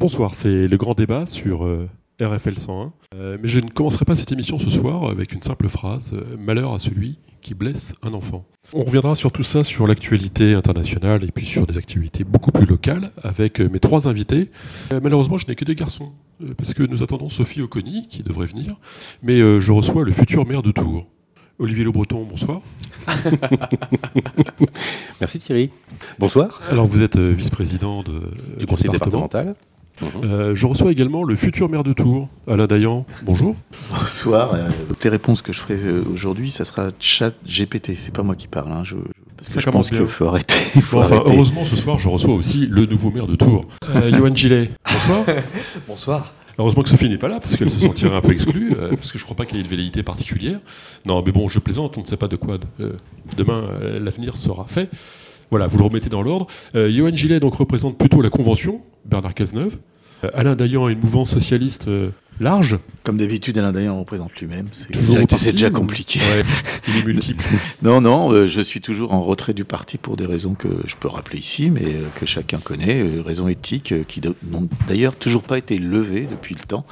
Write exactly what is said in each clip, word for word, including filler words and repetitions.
Bonsoir, c'est le grand débat sur euh, R F L cent un. Euh, mais je ne commencerai pas cette émission ce soir avec une simple phrase euh, « Malheur à celui qui blesse un enfant ». On reviendra sur tout ça, sur l'actualité internationale et puis sur des activités beaucoup plus locales avec euh, mes trois invités. Euh, malheureusement, je n'ai que des garçons euh, parce que nous attendons Sophie Oconi qui devrait venir. Mais euh, je reçois le futur maire de Tours. Olivier Le Breton, bonsoir. Merci Thierry. Bonsoir. Alors vous êtes euh, vice-président de, du, du conseil département. départemental. Euh, je reçois également le futur maire de Tours, Alain Dayan. Bonjour. Bonsoir. Euh, toutes les réponses que je ferai euh, aujourd'hui, ça sera chat G P T. C'est pas moi qui parle. Hein. Je, je, parce que ça je pense bien. qu'il faut arrêter. Il faut bon, enfin, arrêter. Heureusement, ce soir, je reçois aussi le nouveau maire de Tours, euh, Johan Gillet. Bonsoir. Bonsoir. Heureusement que Sophie n'est pas là, parce qu'elle se sentirait un peu exclue, euh, parce que je ne crois pas qu'il y ait une velléité particulière. Non, mais bon, je plaisante, on ne sait pas de quoi euh, demain euh, l'avenir sera fait. Voilà, vous le remettez dans l'ordre. Euh, Johan Gillet donc, représente plutôt la Convention, Bernard Cazeneuve. Euh, Alain Dayan est une mouvance socialiste euh, large. Comme d'habitude, Alain Dayan représente lui-même. C'est, toujours déjà, parti, c'est déjà compliqué. Ouais, il est multiple. non, non, euh, je suis toujours en retrait du parti pour des raisons que je peux rappeler ici, mais euh, que chacun connaît, euh, raisons éthiques euh, qui n'ont d'ailleurs toujours pas été levées depuis le temps.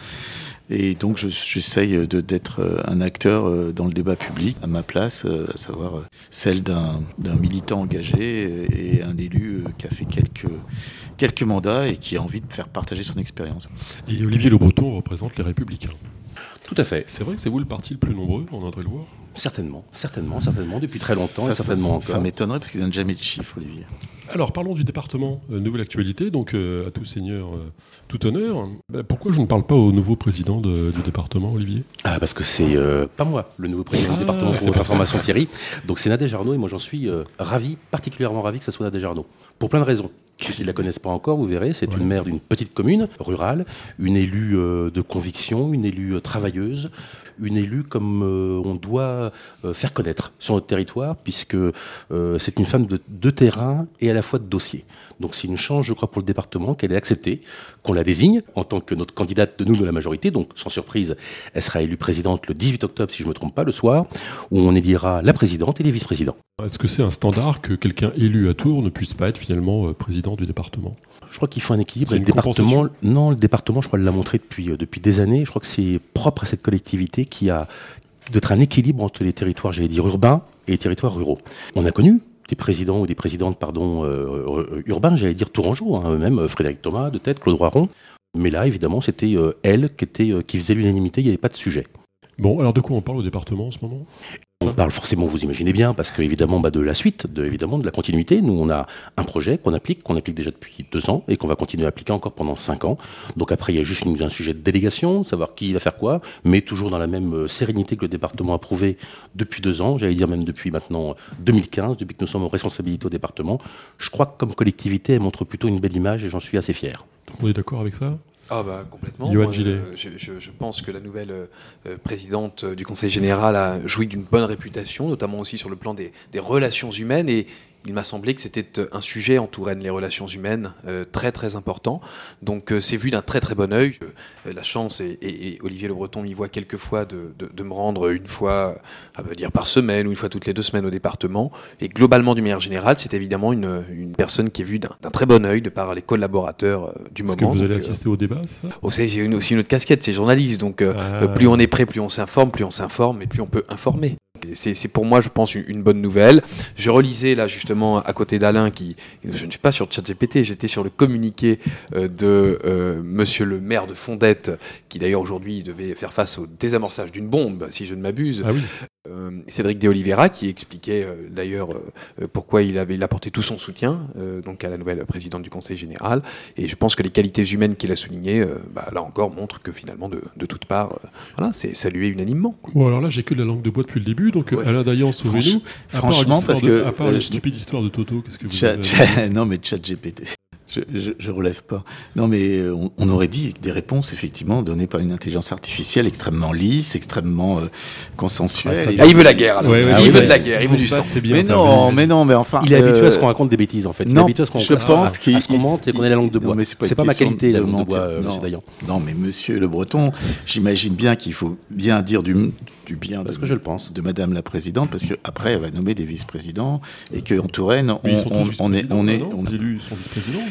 Et donc je, j'essaye de, d'être un acteur dans le débat public à ma place, à savoir celle d'un, d'un militant engagé et un élu qui a fait quelques, quelques mandats et qui a envie de faire partager son expérience. Et Olivier Le Breton représente les Républicains. Tout à fait. C'est vrai que c'est vous le parti le plus nombreux en Indre-et-Loire ? Certainement, certainement, certainement, depuis très longtemps ça, et certainement ça, encore. Ça m'étonnerait parce qu'ils ne donnent jamais de chiffres, Olivier. Alors parlons du département, euh, nouvelle actualité, donc euh, à tout seigneur, euh, tout honneur. Bah, pourquoi je ne parle pas au nouveau président de, du département, Olivier ? Ah, parce que c'est euh, pas moi, le nouveau président ah, du département, pour votre information Thierry. Donc c'est Nadège Arnaud et moi j'en suis euh, ravi, particulièrement ravi que ce soit Nadège Arnaud, pour plein de raisons. Ceux qui ne la connaissent pas encore, vous verrez, c'est ouais. une maire d'une petite commune rurale, une élue euh, de conviction, une élue euh, travailleuse, une élue comme euh, on doit euh, faire connaître sur notre territoire, puisque euh, c'est une femme de, de terrain et à la fois de dossier. Donc c'est une chance, je crois, pour le département qu'elle ait accepté, qu'on la désigne en tant que notre candidate de nous de la majorité. Donc sans surprise, elle sera élue présidente le dix-huit octobre, si je ne me trompe pas, le soir, où on élira la présidente et les vice-présidents. Est-ce que c'est un standard que quelqu'un élu à Tours ne puisse pas être finalement euh, président du département ? Je crois qu'il faut un équilibre. C'est le une département, non, le département, je crois, l'a montré depuis, euh, depuis des années. Je crois que c'est propre à cette collectivité qui a d'être un équilibre entre les territoires, j'allais dire, urbains et les territoires ruraux. On a connu des présidents ou des présidentes, pardon, euh, urbains, j'allais dire tourangeaux, hein, même Frédéric Thomas, de tête, Claude Roiron. Mais là, évidemment, c'était euh, elle qui, était, euh, qui faisait l'unanimité, il n'y avait pas de sujet. Bon, alors de quoi on parle au département en ce moment ? On parle forcément, vous imaginez bien, parce que évidemment bah, de la suite, de, évidemment de la continuité. Nous, on a un projet qu'on applique, qu'on applique déjà depuis deux ans et qu'on va continuer à appliquer encore pendant cinq ans. Donc après, il y a juste une, un sujet de délégation, savoir qui va faire quoi, mais toujours dans la même sérénité que le département a prouvé depuis deux ans, j'allais dire même depuis maintenant deux mille quinze, depuis que nous sommes en responsabilité au département. Je crois que comme collectivité, elle montre plutôt une belle image et j'en suis assez fier. Donc on est d'accord avec ça ? Ah bah complètement. Johan Gillet. Euh, je, je, je pense que la nouvelle euh, présidente du Conseil général a joui d'une bonne réputation, notamment aussi sur le plan des, des relations humaines. Et il m'a semblé que c'était un sujet en Touraine, les relations humaines, euh, très très important. Donc euh, c'est vu d'un très très bon œil. Euh, la chance, et, et, et Olivier Le Breton m'y voit quelques fois, de, de, de me rendre une fois, à me dire par semaine ou une fois toutes les deux semaines au département. Et globalement, d'une manière générale, c'est évidemment une, une personne qui est vue d'un, d'un très bon œil de par les collaborateurs euh, du Est-ce moment. Est-ce que vous allez donc, assister euh, au débat, c'est ça ? Oh, c'est, j'ai une, aussi une autre casquette, c'est journaliste. Donc euh, ah. plus on est prêt, plus on s'informe, plus on s'informe et plus on peut informer. C'est, c'est pour moi, je pense, une bonne nouvelle. Je relisais là justement à côté d'Alain, qui, je ne suis pas sur ChatGPT, j'étais sur le communiqué euh, de euh, Monsieur le maire de Fondette, qui d'ailleurs aujourd'hui devait faire face au désamorçage d'une bombe, si je ne m'abuse. Ah oui. Euh, Cédric de Oliveira, qui expliquait euh, d'ailleurs euh, pourquoi il avait il apporté tout son soutien euh, donc à la nouvelle présidente du Conseil général. Et je pense que les qualités humaines qu'il a soulignées, euh, bah, là encore, montrent que finalement, de, de toutes parts, euh, voilà, c'est salué unanimement. Bon, alors là, j'ai que la langue de bois depuis le début, donc ouais. Alain Dayan, sauvez-nous. Franchement, parce de, que à part euh, la stupide histoire de Toto, qu'est-ce que vous chat, avez... chat, non, mais ChatGPT. Je, je, je relève pas. Non, mais on, on aurait dit des réponses effectivement données par une intelligence artificielle extrêmement lisse, extrêmement euh, consensuelle. Ah, ah, il veut la guerre. Alors. Ouais, ouais, ah, il veut de la guerre. Il veut du sang. C'est bien. Mais ça, non, mais, mais non, mais enfin. Il est euh, habitué à ce qu'on raconte des bêtises en fait. Il non, est habitué à ce qu'on je à, pense à, à ce qu'on mente et qu'on ait la langue de bois. Non, mais c'est pas, c'est pas ma qualité la langue de bois, euh, Monsieur Dayan. Non, mais Monsieur Le Breton, j'imagine bien qu'il faut bien dire du, du bien parce de, que je le pense. de Madame la Présidente, parce qu'après elle va nommer des vice-présidents et qu'en Touraine, on, on, on, on est, on est, on... les élus sont vice-présidents.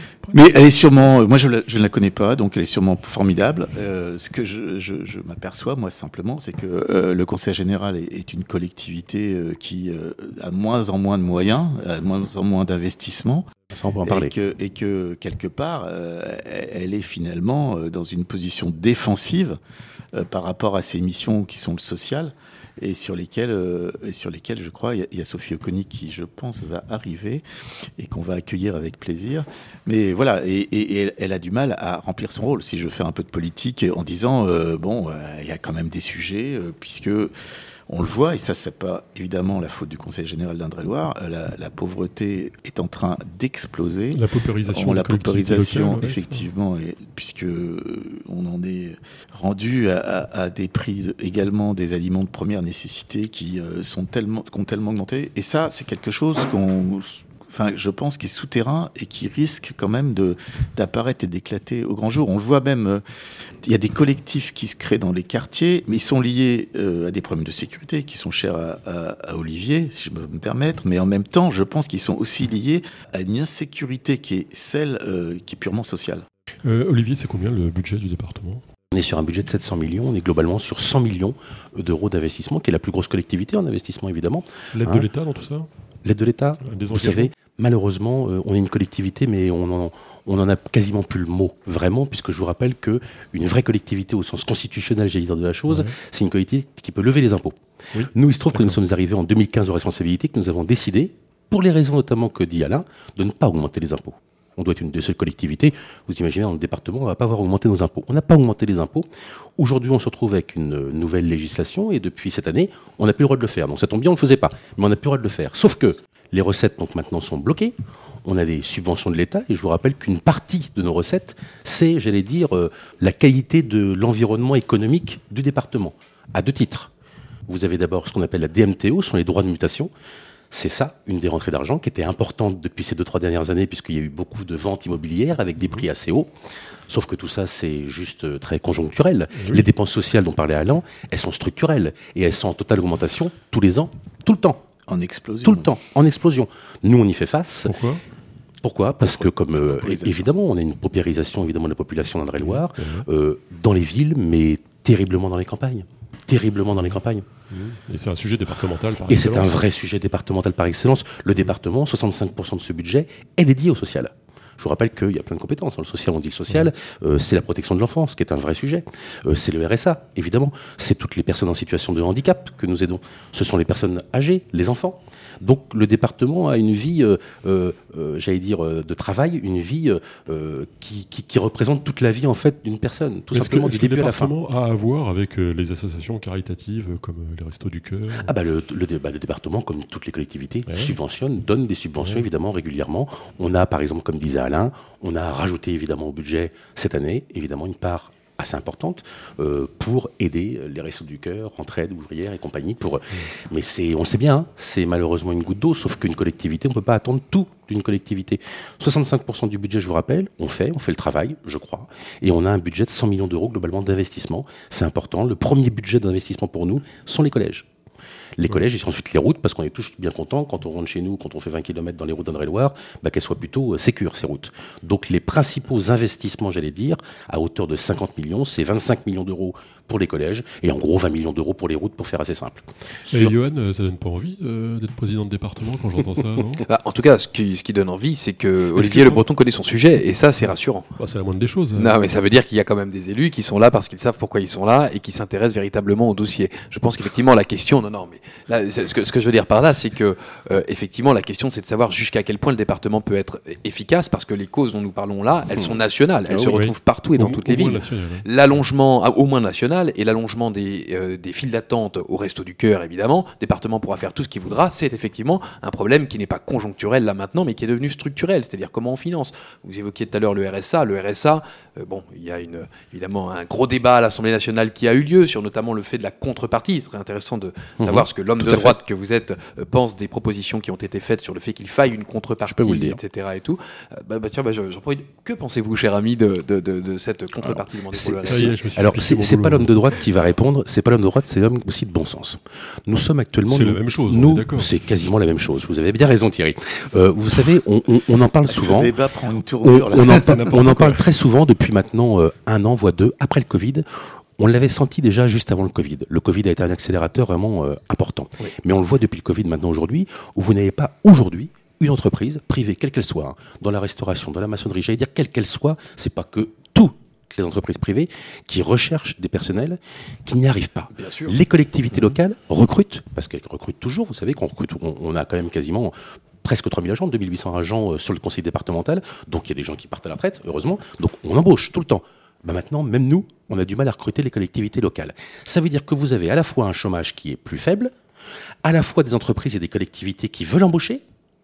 Mais elle est sûrement, moi je, la, je ne la connais pas, donc elle est sûrement formidable. Euh, ce que je, je, je m'aperçois, moi simplement, c'est que euh, le Conseil général est, est une collectivité euh, qui euh, a moins en moins de moyens, a moins en moins d'investissements. Ça, on peut en parler. Et que, et que quelque part, euh, elle est finalement dans une position défensive euh, par rapport à ses missions qui sont le social. Et sur lesquels, euh, et sur lesquels, je crois, il y, y a Sophie Oconi qui, je pense, va arriver et qu'on va accueillir avec plaisir. Mais voilà, et, et, et elle, elle a du mal à remplir son rôle. Si je fais un peu de politique en disant, euh, bon, euh, il y a quand même des sujets, euh, puisque on le voit, et ça, c'est pas évidemment la faute du Conseil général d'Indre-et-Loire. La, la pauvreté est en train d'exploser. La paupérisation. On, la paupérisation, locale, ouais, effectivement, et, puisque euh, on en est rendu à, à, à des prix de, également des aliments de première nécessité qui euh, sont tellement, qui ont tellement augmenté. Et ça, c'est quelque chose qu'on, enfin, je pense, qui est souterrain et qui risque quand même de d'apparaître et d'éclater au grand jour. On le voit même. Euh, Il y a des collectifs qui se créent dans les quartiers, mais ils sont liés euh, à des problèmes de sécurité qui sont chers à, à, à Olivier, si je peux me permettre. Mais en même temps, je pense qu'ils sont aussi liés à une insécurité qui est celle euh, qui est purement sociale. Euh, Olivier, c'est combien le budget du département ? On est sur un budget de sept cents millions, on est globalement sur cent millions d'euros d'investissement, qui est la plus grosse collectivité en investissement, évidemment. L'aide hein. de l'État dans tout ça ? L'aide de l'État, Des vous savez, malheureusement, euh, on est une collectivité, mais on en, on en a quasiment plus le mot, vraiment, puisque je vous rappelle qu'une vraie collectivité au sens constitutionnel, j'allais dire de la chose, ouais. c'est une collectivité qui peut lever les impôts. Oui. Nous, il se trouve D'accord. que nous sommes arrivés en deux mille quinze aux responsabilités, que nous avons décidé, pour les raisons notamment que dit Alain, de ne pas augmenter les impôts. On doit être une des seules collectivités. Vous imaginez, dans le département, on ne va pas avoir augmenté nos impôts. On n'a pas augmenté les impôts. Aujourd'hui, on se retrouve avec une nouvelle législation et depuis cette année, on n'a plus le droit de le faire. Donc ça tombe bien, on ne le faisait pas. Mais on n'a plus le droit de le faire. Sauf que les recettes, donc, maintenant, sont bloquées. On a des subventions de l'État et je vous rappelle qu'une partie de nos recettes, c'est, j'allais dire, euh, la qualité de l'environnement économique du département, à deux titres. Vous avez d'abord ce qu'on appelle la D M T O, ce sont les droits de mutation. C'est ça, une des rentrées d'argent qui était importante depuis ces deux, trois dernières années, puisqu'il y a eu beaucoup de ventes immobilières avec des prix assez hauts. Sauf que tout ça, c'est juste très conjoncturel. Oui. Les dépenses sociales dont parlait Alain, elles sont structurelles. Et elles sont en totale augmentation tous les ans, tout le temps. En explosion. Tout le temps, en explosion. Nous, on y fait face. Pourquoi ? Pourquoi ? Parce que, comme euh, évidemment, on a une paupérisation évidemment de la population d'Indre-et-Loire, euh, dans les villes, mais terriblement dans les campagnes. Terriblement dans les campagnes. Et c'est un sujet départemental par Et excellence. Et c'est un vrai sujet départemental par excellence. Le département, soixante-cinq pour cent de ce budget est dédié au social. Je vous rappelle qu'il y a plein de compétences. Dans le social, on dit le social, euh, c'est la protection de l'enfance, qui est un vrai sujet. Euh, c'est le R S A, évidemment. C'est toutes les personnes en situation de handicap que nous aidons. Ce sont les personnes âgées, les enfants. Donc le département a une vie, euh, euh, j'allais dire, euh, de travail, une vie euh, qui, qui, qui représente toute la vie en fait d'une personne, tout est-ce simplement que, du début le à la fin. Est-ce que le département a à voir avec euh, les associations caritatives comme euh, les Restos du Cœur ? Ah bah le, le, bah, le département, comme toutes les collectivités, ouais. subventionne, donne des subventions ouais. évidemment régulièrement. On a par exemple, comme disait Alain, on a rajouté évidemment au budget cette année, évidemment une part assez importante euh, pour aider les Restos du Cœur, Entraide ouvrière et compagnie. Pour... Mmh. Mais c'est, on sait bien, hein, c'est malheureusement une goutte d'eau, sauf qu'une collectivité, on ne peut pas attendre tout d'une collectivité. soixante-cinq pour cent du budget, je vous rappelle, on fait, on fait le travail, je crois, et on a un budget de cent millions d'euros globalement d'investissement. C'est important. Le premier budget d'investissement pour nous sont les collèges. Les collèges et ensuite les routes, parce qu'on est tous bien contents quand on rentre chez nous, quand on fait vingt kilomètres dans les routes d'Indre-et-Loire, bah, qu'elles soient plutôt euh, sécures, ces routes. Donc les principaux investissements, j'allais dire, à hauteur de cinquante millions, c'est vingt-cinq millions d'euros pour les collèges et en gros vingt millions d'euros pour les routes, pour faire assez simple. Et Sur... Johan, ça donne pas envie euh, d'être président de département quand j'entends ça, non ? Bah, en tout cas, ce qui, ce qui donne envie, c'est que Olivier que... Le Breton connaît son sujet et ça, c'est rassurant. Bah, c'est la moindre des choses. Hein. Non, mais ça veut dire qu'il y a quand même des élus qui sont là parce qu'ils savent pourquoi ils sont là et qui s'intéressent véritablement au dossier. Je pense qu'effectivement, la question, non, non, mais là, c'est, ce, que, ce que je veux dire par là, c'est que euh, effectivement, la question, c'est de savoir jusqu'à quel point le département peut être efficace parce que les causes dont nous parlons là, elles sont nationales, elles ah, se oui, retrouvent oui. partout et dans au, toutes les villes. National, hein. L'allongement, au moins national, et l'allongement des, euh, des files d'attente au Resto du Cœur, évidemment, le département pourra faire tout ce qu'il voudra, c'est effectivement un problème qui n'est pas conjoncturel là maintenant, mais qui est devenu structurel, c'est-à-dire comment on finance. Vous évoquiez tout à l'heure le R S A, le R S A, euh, bon, il y a une, évidemment un gros débat à l'Assemblée nationale qui a eu lieu sur notamment le fait de la contrepartie. C'est très intéressant de mmh, savoir ce que l'homme de droite fait. que vous êtes euh, pense des propositions qui ont été faites sur le fait qu'il faille une contrepartie, et cetera et tout. Euh, bah, bah, tiens, bah, j'en profite. Que pensez-vous, cher ami, de, de, de, de cette contrepartie demandée pour le R S A ? Alors, c'est, c'est pas l'homme l'homme de droite qui va répondre. C'est pas l'homme de droite, c'est l'homme aussi de bon sens. Nous sommes actuellement. C'est nous, la même chose. Nous, on est d'accord. c'est quasiment la même chose. Vous avez bien raison, Thierry. Euh, vous savez, on, on, on en parle souvent. Ce débat prend une tournure. On, on, en, on en parle très souvent depuis maintenant euh, un an, voire deux, après le Covid. On l'avait senti déjà juste avant le Covid. Le Covid a été un accélérateur vraiment euh, important. Oui. Mais on le voit depuis le Covid maintenant aujourd'hui, où vous n'avez pas aujourd'hui une entreprise privée, quelle qu'elle soit, hein, dans la restauration, dans la maçonnerie, j'allais dire quelle qu'elle soit, c'est pas que toutes les entreprises privées qui recherchent des personnels qui n'y arrivent pas. Les collectivités locales recrutent, parce qu'elles recrutent toujours, vous savez qu'on recrute, on, on a quand même quasiment presque trois mille agents, deux mille huit cents agents euh, sur le conseil départemental, donc il y a des gens qui partent à la retraite, heureusement, donc on embauche tout le temps. Ben maintenant, même nous, on a du mal à recruter les collectivités locales. Ça veut dire que vous avez à la fois un chômage qui est plus faible, à la fois des entreprises et des collectivités qui veulent embaucher,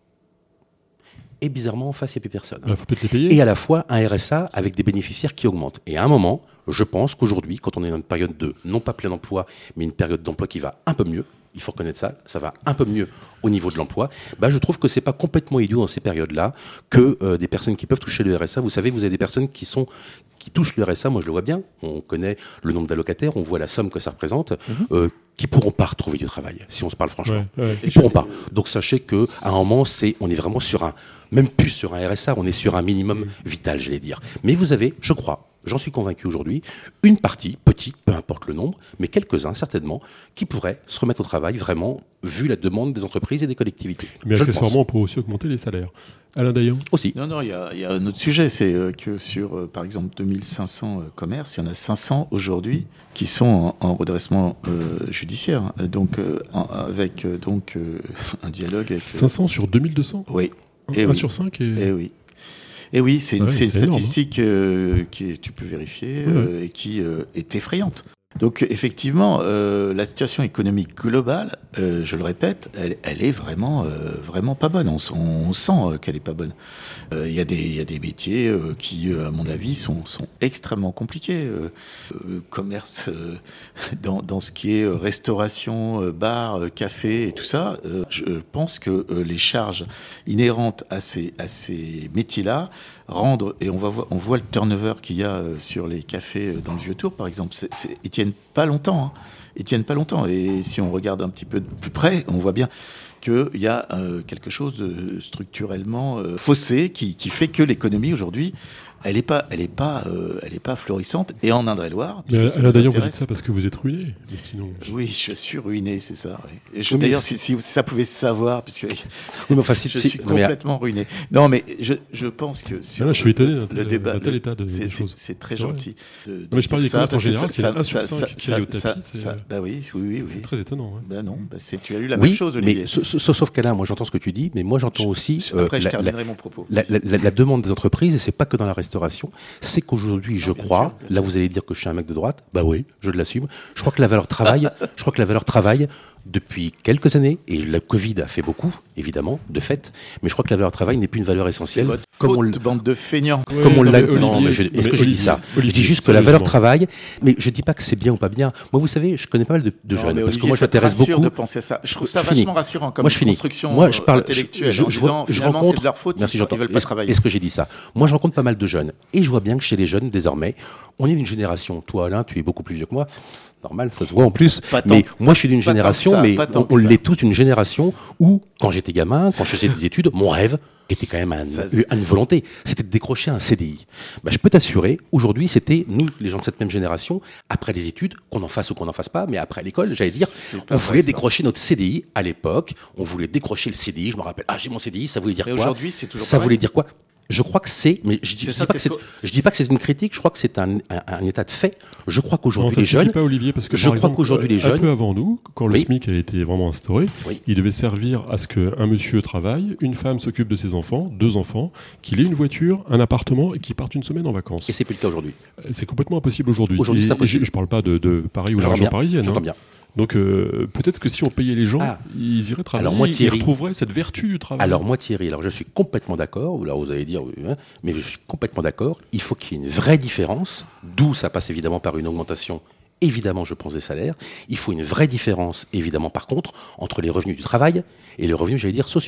et bizarrement, en face, il n'y a plus personne. Il faut peut-être les payer. Et à la fois, un R S A avec des bénéficiaires qui augmentent. Et à un moment, je pense qu'aujourd'hui, quand on est dans une période de, non pas plein emploi, mais une période d'emploi qui va un peu mieux, il faut reconnaître ça, ça va un peu mieux au niveau de l'emploi, bah je trouve que c'est pas complètement idiot dans ces périodes-là que euh, des personnes qui peuvent toucher le R S A, vous savez, vous avez des personnes qui sont qui touchent le R S A, moi je le vois bien, on connaît le nombre d'allocataires, on voit la somme que ça représente, mm-hmm. euh, qui pourront pas retrouver du travail, si on se parle franchement. Ouais, ouais. Ils ne pourront pas. Donc sachez qu'à un moment, c'est, on est vraiment sur un, même plus sur un R S A, on est sur un minimum vital, j'allais dire. Mais vous avez, je crois, j'en suis convaincu aujourd'hui, une partie, petite, peu importe le nombre, mais quelques-uns certainement, qui pourraient se remettre au travail vraiment, vu la demande des entreprises et des collectivités. Mais je accessoirement, on pourrait aussi augmenter les salaires. Alain Dayan aussi. Non, non, il y, y a un autre sujet, c'est euh, que sur, euh, par exemple, deux mille cinq cents euh, commerces, il y en a cinq cents aujourd'hui qui sont en, en redressement euh, judiciaire, donc euh, en, avec euh, donc euh, un dialogue avec. Euh, cinq cents sur deux mille deux cents. Oui. Et un oui. sur cinq. Et, et oui. Et oui, c'est une, ouais, c'est c'est une énorme, statistique euh, qui tu peux vérifier ouais. euh, et qui euh, est effrayante. Donc effectivement, euh, la situation économique globale, euh, je le répète, elle, elle est vraiment, euh, vraiment pas bonne. On, on sent qu'elle est pas bonne. Il euh, y a des, il y a des métiers euh, qui, à mon avis, sont, sont extrêmement compliqués. Euh, euh, commerce euh, dans, dans ce qui est restauration, euh, bar, euh, café et tout ça. Euh, je pense que euh, les charges inhérentes à ces, à ces métiers-là rendre, et on, va voir, on voit le turnover qu'il y a euh, sur les cafés dans le Vieux-Tour, par exemple. C'est, c'est, ils tiennent pas longtemps. Hein. Ils tiennent pas longtemps. Et si on regarde un petit peu de plus près, on voit bien qu'il y a euh, quelque chose de structurellement euh, faussé qui, qui fait que l'économie aujourd'hui, elle n'est pas, elle est pas, euh, elle est pas florissante. Et en Indre-et-loire. Mais là, d'ailleurs, vous dites ça parce que vous êtes ruiné. Mais sinon... Oui, je suis ruiné, c'est ça. Oui. Et je, d'ailleurs, si, si ça pouvait se savoir, puisque oui, mais enfin, si, je si, suis complètement mais... ruiné. Non, mais je, je pense que sur ah là, je suis étonné le, le débat, d'un tel état de c'est, des choses. C'est, c'est très c'est gentil. De, de non, mais je parle des commerces en général, c'est un sur cinq qui est au ça, tapis. Ça, bah oui, oui, oui. C'est très étonnant. Ben non, tu as lu la oui, même chose, Olivier. Mais sauf qu'Alain, moi j'entends ce que tu dis, mais moi j'entends aussi. Après, je terminerai mon propos. La demande des entreprises, et c'est pas que dans la restauration, c'est qu'aujourd'hui, je crois, là vous allez dire que je suis un mec de droite, bah oui, je l'assume. Je crois que la valeur travail, je crois que la valeur travail, depuis quelques années, et le Covid a fait beaucoup, évidemment, de fait, mais je crois que la valeur travail n'est plus une valeur essentielle. C'est votre comme faute, on bande de feignants. Comme ouais, on l'a. Non, mais je, est-ce que j'ai dit ça Olivier, je dis juste que la valeur travail, mais je dis pas que c'est bien ou pas bien. Moi, vous savez, je connais pas mal de, de non, jeunes, parce Olivier, que moi, je m'intéresse beaucoup. de penser ça. Je trouve ça je vachement rassurant comme moi, je construction moi, je parle, intellectuelle. Je, je, en je, disant, je finalement, rencontre, c'est de leur faute. Merci, ils j'entends. veulent pas travailler. Est-ce que j'ai dit ça? Moi, je rencontre pas mal de jeunes, et je vois bien que chez les jeunes, désormais, on est d'une génération. Toi, Alain, tu es beaucoup plus vieux que moi. Normal, ça se voit en plus. Mais moi, je suis d'une génération, mais on, on l'est tous, une génération où, quand j'étais gamin, quand je faisais des études, mon rêve était quand même un, une volonté. C'était de décrocher un C D I. Bah, je peux t'assurer, aujourd'hui, c'était nous, les gens de cette même génération, après les études, qu'on en fasse ou qu'on n'en fasse pas, mais après l'école, j'allais dire, on voulait décrocher notre C D I à l'époque. On voulait décrocher le C D I. Je me rappelle, ah, j'ai mon C D I, ça voulait dire mais quoi? Aujourd'hui, c'est toujours ça voulait dire quoi? Je crois que c'est, mais je dis, je ça, dis pas que c'est, co- je dis pas que c'est une critique. Je crois que c'est un, un, un état de fait. Je crois qu'aujourd'hui non, les jeunes, pas Olivier, parce que je par crois exemple, qu'aujourd'hui les un jeunes, peu avant nous, quand le oui. SMIC a été vraiment instauré, oui. il devait servir à ce qu'un monsieur travaille, une femme s'occupe de ses enfants, deux enfants, qu'il ait une voiture, un appartement et qu'il parte une semaine en vacances. Et c'est plus le cas aujourd'hui. C'est complètement impossible aujourd'hui. Aujourd'hui, c'est impossible. Je, je parle pas de, de Paris ou la région parisienne. J'entends hein. bien. Donc euh, peut-être que si on payait les gens, ah. ils iraient travailler, alors moi, Thierry, ils retrouveraient cette vertu du travail. Alors moi Thierry, alors je suis complètement d'accord, alors vous allez dire, hein, mais je suis complètement d'accord, il faut qu'il y ait une vraie différence, d'où ça passe évidemment par une augmentation, évidemment je pense des salaires, il faut une vraie différence évidemment par contre entre les revenus du travail et les revenus, j'allais dire, sociaux.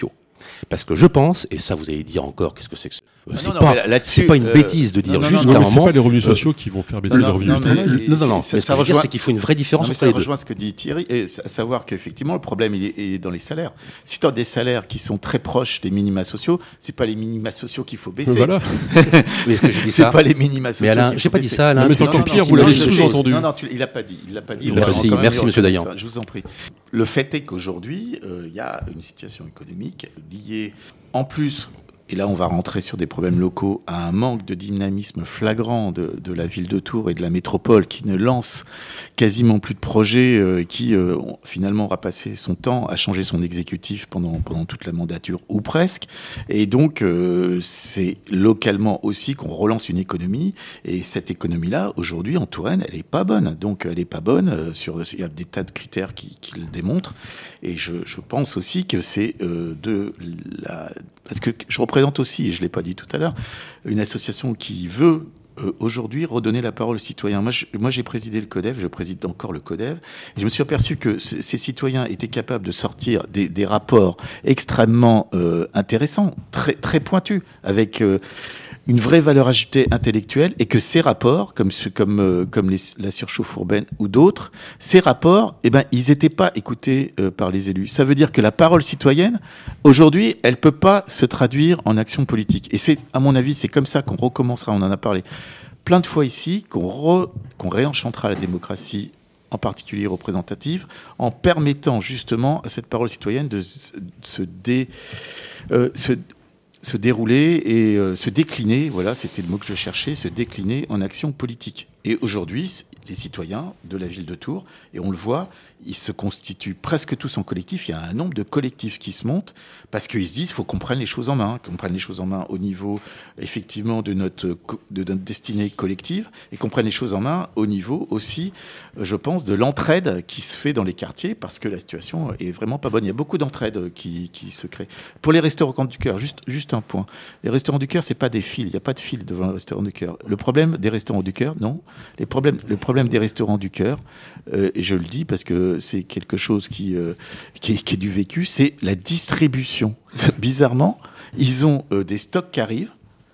Parce que je pense, et ça vous allez dire encore, qu'est-ce que c'est que Ah c'est non, non, pas, mais là-dessus, c'est pas une euh, bêtise de dire non, non, juste non, qu'à un mais c'est moment. pas les revenus sociaux qui vont faire baisser non, les revenus non, du mais- travail. Non, non, non. Ça- Mais ce ça que je veux dire, rejoint- c'est qu'il faut une vraie différence Non, mais entre ça les deux. rejoint ce que dit Thierry, et à savoir qu'effectivement, le problème, il est, il est dans les salaires. Si tu as des salaires qui sont très proches des minima sociaux, c'est pas les minima sociaux qu'il faut baisser. Voilà. Oui, est-ce que j'ai dit C'est ça pas les minima sociaux Mais Alain, qu'il j'ai faut pas dit baisser. ça, Alain. Non, mais c'est encore Non, pire, non, vous l'avez non, je sais. sous-entendu. Non, non, tu- il l'a pas dit. Il l'a pas dit. On Merci, va encore merci, mieux monsieur reconnaître Dayan. ça, je vous en prie. Le fait est qu'aujourd'hui, euh, il y a une situation économique liée, en plus, et là on va rentrer sur des problèmes locaux, à un manque de dynamisme flagrant de, de la ville de Tours et de la métropole qui ne lance quasiment plus de projets, euh, et qui euh, ont- finalement aura passé son temps à changer son exécutif pendant, pendant toute la mandature, ou presque. Et donc euh, c'est localement aussi qu'on relance une économie, et cette économie-là, aujourd'hui en Touraine, elle est pas bonne. Donc elle est pas bonne, euh, sur, il y a des tas de critères qui, qui le démontrent, et je, je pense aussi que c'est euh, de la... Parce que je représente aussi, et je ne l'ai pas dit tout à l'heure, une association qui veut euh, aujourd'hui redonner la parole aux citoyens. Moi, je- moi, j'ai présidé le CODEV, je préside encore le CODEV, et je me suis aperçu que c- ces citoyens étaient capables de sortir des, des rapports extrêmement euh, intéressants, très, très pointus, avec... euh, une vraie valeur ajoutée intellectuelle, et que ces rapports, comme ceux, comme euh, comme les, la surchauffe urbaine ou d'autres, ces rapports, eh ben ils n'étaient pas écoutés euh, par les élus. Ça veut dire que la parole citoyenne, aujourd'hui, elle peut pas se traduire en action politique. Et c'est, à mon avis, c'est comme ça qu'on recommencera. On en a parlé plein de fois ici, qu'on re, qu'on réenchantera la démocratie, en particulier représentative, en permettant justement à cette parole citoyenne de se, de se dé, euh, se se dérouler et euh, se décliner, voilà, c'était le mot que je cherchais, se décliner en action politique. Et aujourd'hui, les citoyens de la ville de Tours, et on le voit, ils se constituent presque tous en collectif. Il y a un nombre de collectifs qui se montent parce qu'ils se disent il faut qu'on prenne les choses en main, qu'on prenne les choses en main au niveau effectivement de notre, de notre destinée collective, et qu'on prenne les choses en main au niveau aussi, je pense, de l'entraide qui se fait dans les quartiers, parce que la situation est vraiment pas bonne. Il y a beaucoup d'entraide qui, qui se crée. Pour les restaurants du cœur, juste, juste un point. Les restaurants du cœur, c'est pas des fils. Il n'y a pas de fils devant les restaurants du cœur. Le problème des restaurants du cœur, non. Les problèmes, le problème des restaurants du cœur, euh, et je le dis parce que c'est quelque chose qui, euh, qui, est, qui est du vécu, c'est la distribution. Bizarrement, ils ont euh, des stocks qui arrivent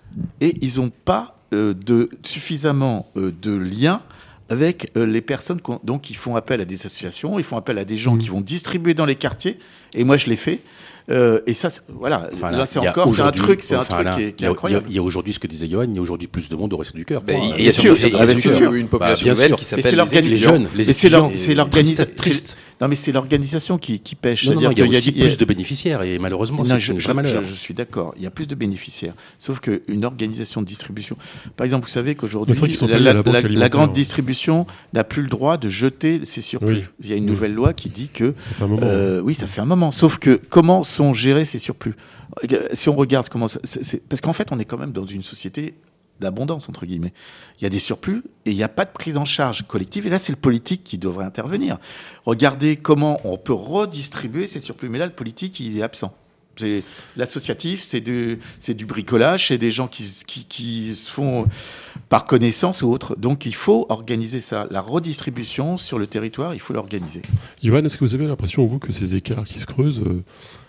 et ils n'ont pas euh, de, suffisamment euh, de liens avec euh, les personnes. Donc, ils font appel à des associations, ils font appel à des gens mmh. qui vont distribuer dans les quartiers. Et moi, je l'ai fait. Euh, et ça, c'est, voilà, enfin, là, là, c'est encore, c'est un truc, c'est enfin, un truc là, qui est, qui est il y a, incroyable. Il y a, a aujourd'hui ce que disait Johan, il y a aujourd'hui plus de monde au Resto du Cœur. Ben, Quoi. il y a sûr, sûr, il y a ah, c'est sûr. une population Bah, bien nouvelle sûr. qui Et s'appelle c'est les l'organisation, les jeunes, les et c'est étudiants. l'or- c'est l'organisation. Triste. Non, mais c'est l'organisation qui, qui pêche. Non, non, non, il y a qu'il aussi il y a- plus de bénéficiaires et malheureusement, Non, c'est je, un je- vrai malheur. je- je suis d'accord. Il y a plus de bénéficiaires. Sauf qu'une organisation de distribution. Par exemple, vous savez qu'aujourd'hui, Mais c'est vrai qu'ils sont la, payés la- à la banque la- la alimentaire. grande distribution n'a plus le droit de jeter ses surplus. Oui. Il y a une Oui. nouvelle loi qui dit que. Ça fait un moment. Euh, oui, ça fait un moment. Sauf que comment sont gérés ces surplus ? Si on regarde comment. ça- c'est- c'est- Parce qu'en fait, on est quand même dans une société d'abondance, entre guillemets. Il y a des surplus et il n'y a pas de prise en charge collective. Et là, c'est le politique qui devrait intervenir. Regardez comment on peut redistribuer ces surplus. Mais là, le politique, il est absent. C'est l'associatif, c'est du, c'est du bricolage, c'est des gens qui, qui, qui se font par connaissance ou autre. Donc, il faut organiser ça. La redistribution sur le territoire, il faut l'organiser. Johan, est-ce que vous avez l'impression, vous, que ces écarts qui se creusent euh,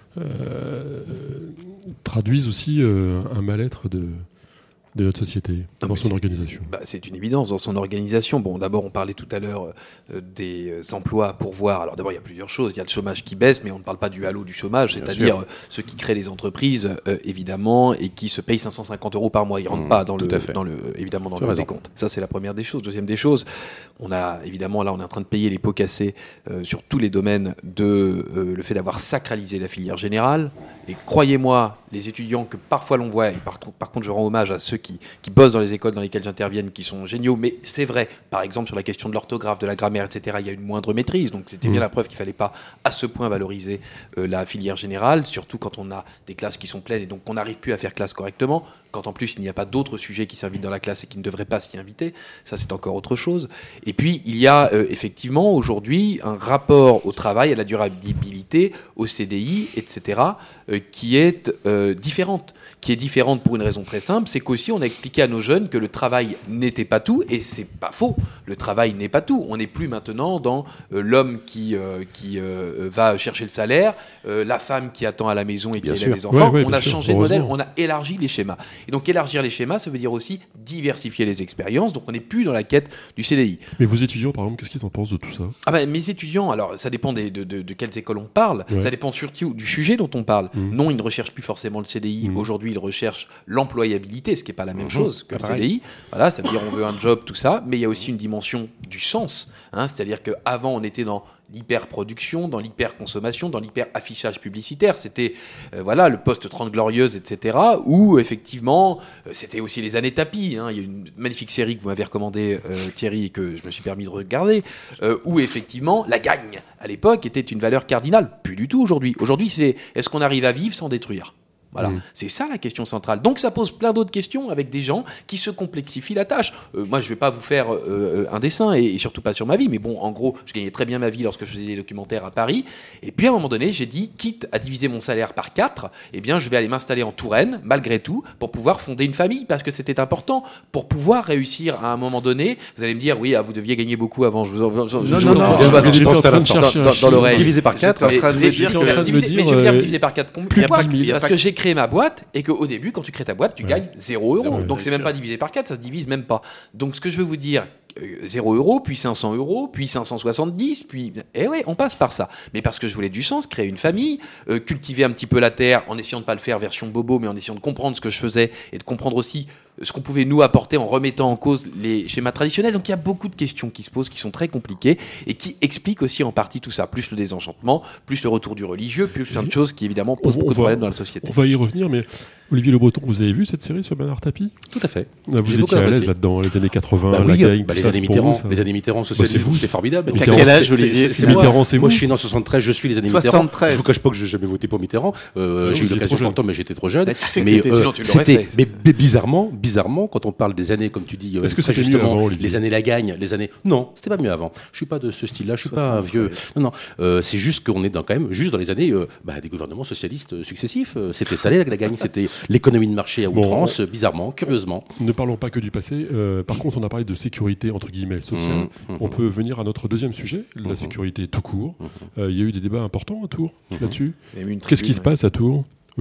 euh, traduisent aussi euh, un mal-être de, de notre société, Non, dans mais son c'est- organisation? Bah, c'est une évidence dans son organisation. Bon, d'abord, on parlait tout à l'heure euh, des euh, emplois à pourvoir. Alors d'abord, il y a plusieurs choses. Il y a le chômage qui baisse, mais on ne parle pas du halo du chômage, Bien c'est-à-dire sûr. euh, ceux qui créent les entreprises, euh, évidemment, et qui se payent cinq cent cinquante euros par mois. Ils ne rentrent Mmh, pas dans tout le, à fait. dans le, évidemment, dans Tu as le raison. décompte. Ça, c'est la première des choses. Deuxième des choses, on a évidemment, là, on est en train de payer les pots cassés euh, sur tous les domaines de euh, le fait d'avoir sacralisé la filière générale. Et croyez-moi, les étudiants que parfois l'on voit, et par, par contre, je rends hommage à ceux qui, qui bossent dans les écoles dans lesquelles j'interviens, qui sont géniaux, mais c'est vrai, par exemple, sur la question de l'orthographe, de la grammaire, et cetera, il y a une moindre maîtrise. Donc, c'était bien la preuve qu'il ne fallait pas, à ce point, valoriser euh, la filière générale, surtout quand on a des classes qui sont pleines et donc qu'on n'arrive plus à faire classe correctement, quand en plus, il n'y a pas d'autres sujets qui s'invitent dans la classe et qui ne devraient pas s'y inviter. Ça, c'est encore autre chose. Et puis, il y a euh, effectivement, aujourd'hui, un rapport au travail, à la durabilité, au C D I, et cetera, euh, qui est euh, différente. qui est différente pour une raison très simple, c'est qu'aussi on a expliqué à nos jeunes que le travail n'était pas tout, et c'est pas faux, le travail n'est pas tout. On n'est plus maintenant dans euh, l'homme qui, euh, qui euh, va chercher le salaire, euh, la femme qui attend à la maison et qui élève les enfants. Ouais, ouais, on a changé de modèle, on a élargi les schémas. Et donc élargir les schémas, ça veut dire aussi diversifier les expériences, donc on n'est plus dans la quête du C D I. Mais vos étudiants, par exemple, qu'est-ce qu'ils en pensent de tout ça? Ah ben, mes étudiants, alors ça dépend des, de, de, de quelles écoles on parle, ouais. ça dépend surtout du sujet dont on parle. Mmh. Non, ils ne recherchent plus forcément le C D I, mmh. aujourd'hui ils recherchent l'employabilité, ce qui n'est pas la même mmh. chose que le C D I. Voilà, ça veut dire on veut un job, tout ça, mais il y a aussi une dimension du sens, hein, c'est-à-dire qu'avant on était dans l'hyper-production, dans l'hyper-consommation, dans l'hyper-affichage publicitaire. C'était euh, voilà, le poste trente glorieuses, et cetera, où effectivement, euh, c'était aussi les années tapis. Hein. Il y a une magnifique série que vous m'avez recommandée, euh, Thierry, et que je me suis permis de regarder, euh, où effectivement, la gagne, à l'époque, était une valeur cardinale. Plus du tout aujourd'hui. Aujourd'hui, c'est est-ce qu'on arrive à vivre sans détruire ? Voilà, mmh. c'est ça la question centrale. Donc ça pose plein d'autres questions avec des gens qui se complexifient la tâche. Euh, moi, je ne vais pas vous faire euh, un dessin, et, et surtout pas sur ma vie, mais bon, en gros, je gagnais très bien ma vie lorsque je faisais des documentaires à Paris. Et puis à un moment donné, j'ai dit, quitte à diviser mon salaire par quatre, eh bien, je vais aller m'installer en Touraine, malgré tout, pour pouvoir fonder une famille, parce que c'était important, pour pouvoir réussir à un moment donné. Vous allez me dire, oui, ah, vous deviez gagner beaucoup avant. Je vous en, je, non, je, non, non, je pense à l'instant dans l'oreille. Divisé par quatre, mais, mais, mais, je veux dire divisé par quatre. Pourquoi ? Parce que j'ai créé ma boîte. Et qu'au début, quand tu crées ta boîte, tu ouais. gagnes zéro euros. Ouais, donc, c'est sûr. Même pas divisé par quatre, ça se divise même pas. Donc, ce que je veux vous dire, euh, zéro euros, puis cinq cents euros, puis cinq cent soixante-dix, puis... Eh ouais, on passe par ça. Mais parce que je voulais du sens, créer une famille, euh, cultiver un petit peu la terre, en essayant de pas le faire version bobo, mais en essayant de comprendre ce que je faisais, et de comprendre aussi ce qu'on pouvait nous apporter en remettant en cause les schémas traditionnels. Donc il y a beaucoup de questions qui se posent, qui sont très compliquées, et qui expliquent aussi en partie tout ça. Plus le désenchantement, plus le retour du religieux, plus plein de choses qui évidemment posent on, beaucoup on de va, problèmes dans la société. On va y revenir, mais Olivier Le Breton, vous avez vu cette série sur Bernard Tapie ? Tout à fait. Ah, vous J'ai étiez à l'aise là-dedans, les années quatre-vingts, bah oui, la gagne, bah les, années Mitterrand, vous, les années Mitterrand, socialisme, bah c'est formidable. T'as quel âge, Olivier ? C'est Mitterrand, c'est vous. Moi, je suis né en soixante-treize, je suis les années Mitterrand. Je vous cache pas que j'ai jamais voté pour Mitterrand. J'ai eu l'occasion pourtant, mais j'étais trop jeune. Mais c'était, mais bizarrement, bizarrement, quand on parle des années, comme tu dis, est-ce que c'était mieux avant, les années la gagne, les années. Non, c'était pas mieux avant. Je suis pas de ce style-là. Je suis pas un vieux. Non, non. Euh, c'est juste qu'on est dans quand même juste dans les années euh, bah, des gouvernements socialistes successifs. Euh, c'était ça la gagne. C'était l'économie de marché à outrance, bon, bizarrement, curieusement. Ne parlons pas que du passé. Euh, par contre, on a parlé de sécurité entre guillemets sociale. Mmh, mmh, on peut venir à notre deuxième sujet, la mmh. sécurité tout court. Il mmh. euh, y a eu des débats importants à Tours mmh. là-dessus. Qu'est-ce qui se passe à Tours, Olivier ?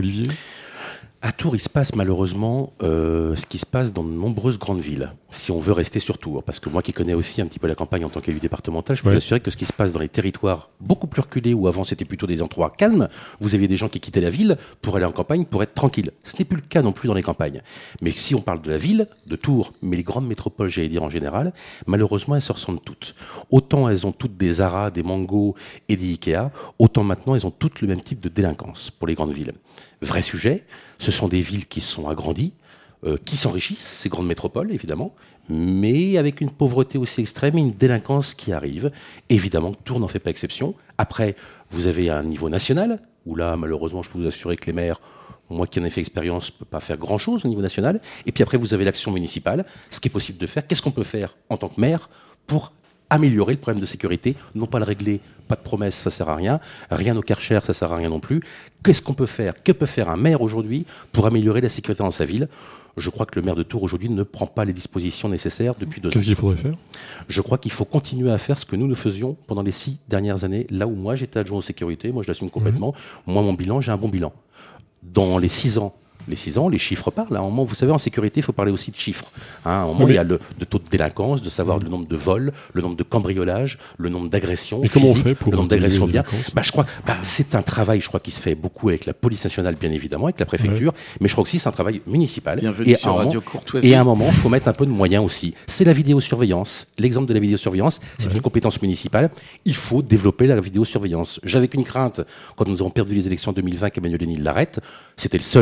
À Tours, il se passe malheureusement euh, ce qui se passe dans de nombreuses grandes villes, si on veut rester sur Tours. Parce que moi qui connais aussi un petit peu la campagne en tant qu'élu départemental, je peux ouais. vous assurer que ce qui se passe dans les territoires beaucoup plus reculés, où avant c'était plutôt des endroits calmes, vous aviez des gens qui quittaient la ville pour aller en campagne, pour être tranquilles. Ce n'est plus le cas non plus dans les campagnes. Mais si on parle de la ville, de Tours, mais les grandes métropoles, j'allais dire en général, malheureusement elles se ressemblent toutes. Autant elles ont toutes des Zara, des Mango et des Ikea, autant maintenant elles ont toutes le même type de délinquance pour les grandes villes. Vrai sujet, ce sont des villes qui sont agrandies, euh, qui s'enrichissent, ces grandes métropoles évidemment, mais avec une pauvreté aussi extrême et une délinquance qui arrive. Évidemment, Tours n'en fait pas exception. Après, vous avez un niveau national, où là, malheureusement, je peux vous assurer que les maires, moi qui en ai fait expérience, ne peux pas faire grand-chose au niveau national. Et puis après, vous avez l'action municipale, ce qui est possible de faire. Qu'est-ce qu'on peut faire en tant que maire pour améliorer le problème de sécurité, non pas le régler, pas de promesses, ça sert à rien, rien au Karcher, ça sert à rien non plus. Qu'est-ce qu'on peut faire ? Que peut faire un maire aujourd'hui pour améliorer la sécurité dans sa ville ? Je crois que le maire de Tours aujourd'hui ne prend pas les dispositions nécessaires depuis deux ans. Qu'est-ce qu'il faudrait faire ? Je crois qu'il faut continuer à faire ce que nous nous faisions pendant les six dernières années, là où moi j'étais adjoint aux sécurités, moi je l'assume complètement. Mmh. Moi mon bilan, j'ai un bon bilan. Dans les six ans, Les six ans, les chiffres parlent. À un moment, vous savez, en sécurité, il faut parler aussi de chiffres. Hein, à un moment, oui, il y a le, le taux de délinquance, de savoir mmh. le nombre de vols, le nombre de cambriolages, le nombre d'agressions physiques, comment on fait pour le nombre d'agressions bien. Bah, je crois, bah, c'est un travail, je crois, qui se fait beaucoup avec la police nationale, bien évidemment, avec la préfecture, ouais. mais je crois aussi que c'est un travail municipal. Bienvenue et sur à Radio moment, Courtoisie. Et à un moment, il faut mettre un peu de moyens aussi. C'est la vidéosurveillance. L'exemple de la vidéosurveillance, c'est ouais. une compétence municipale. Il faut développer la vidéosurveillance. J'avais qu'une crainte quand nous avons perdu les élections en deux mille vingt qu'Emmanuel Denis l'arrête. C'était le seul, je vous rappelle,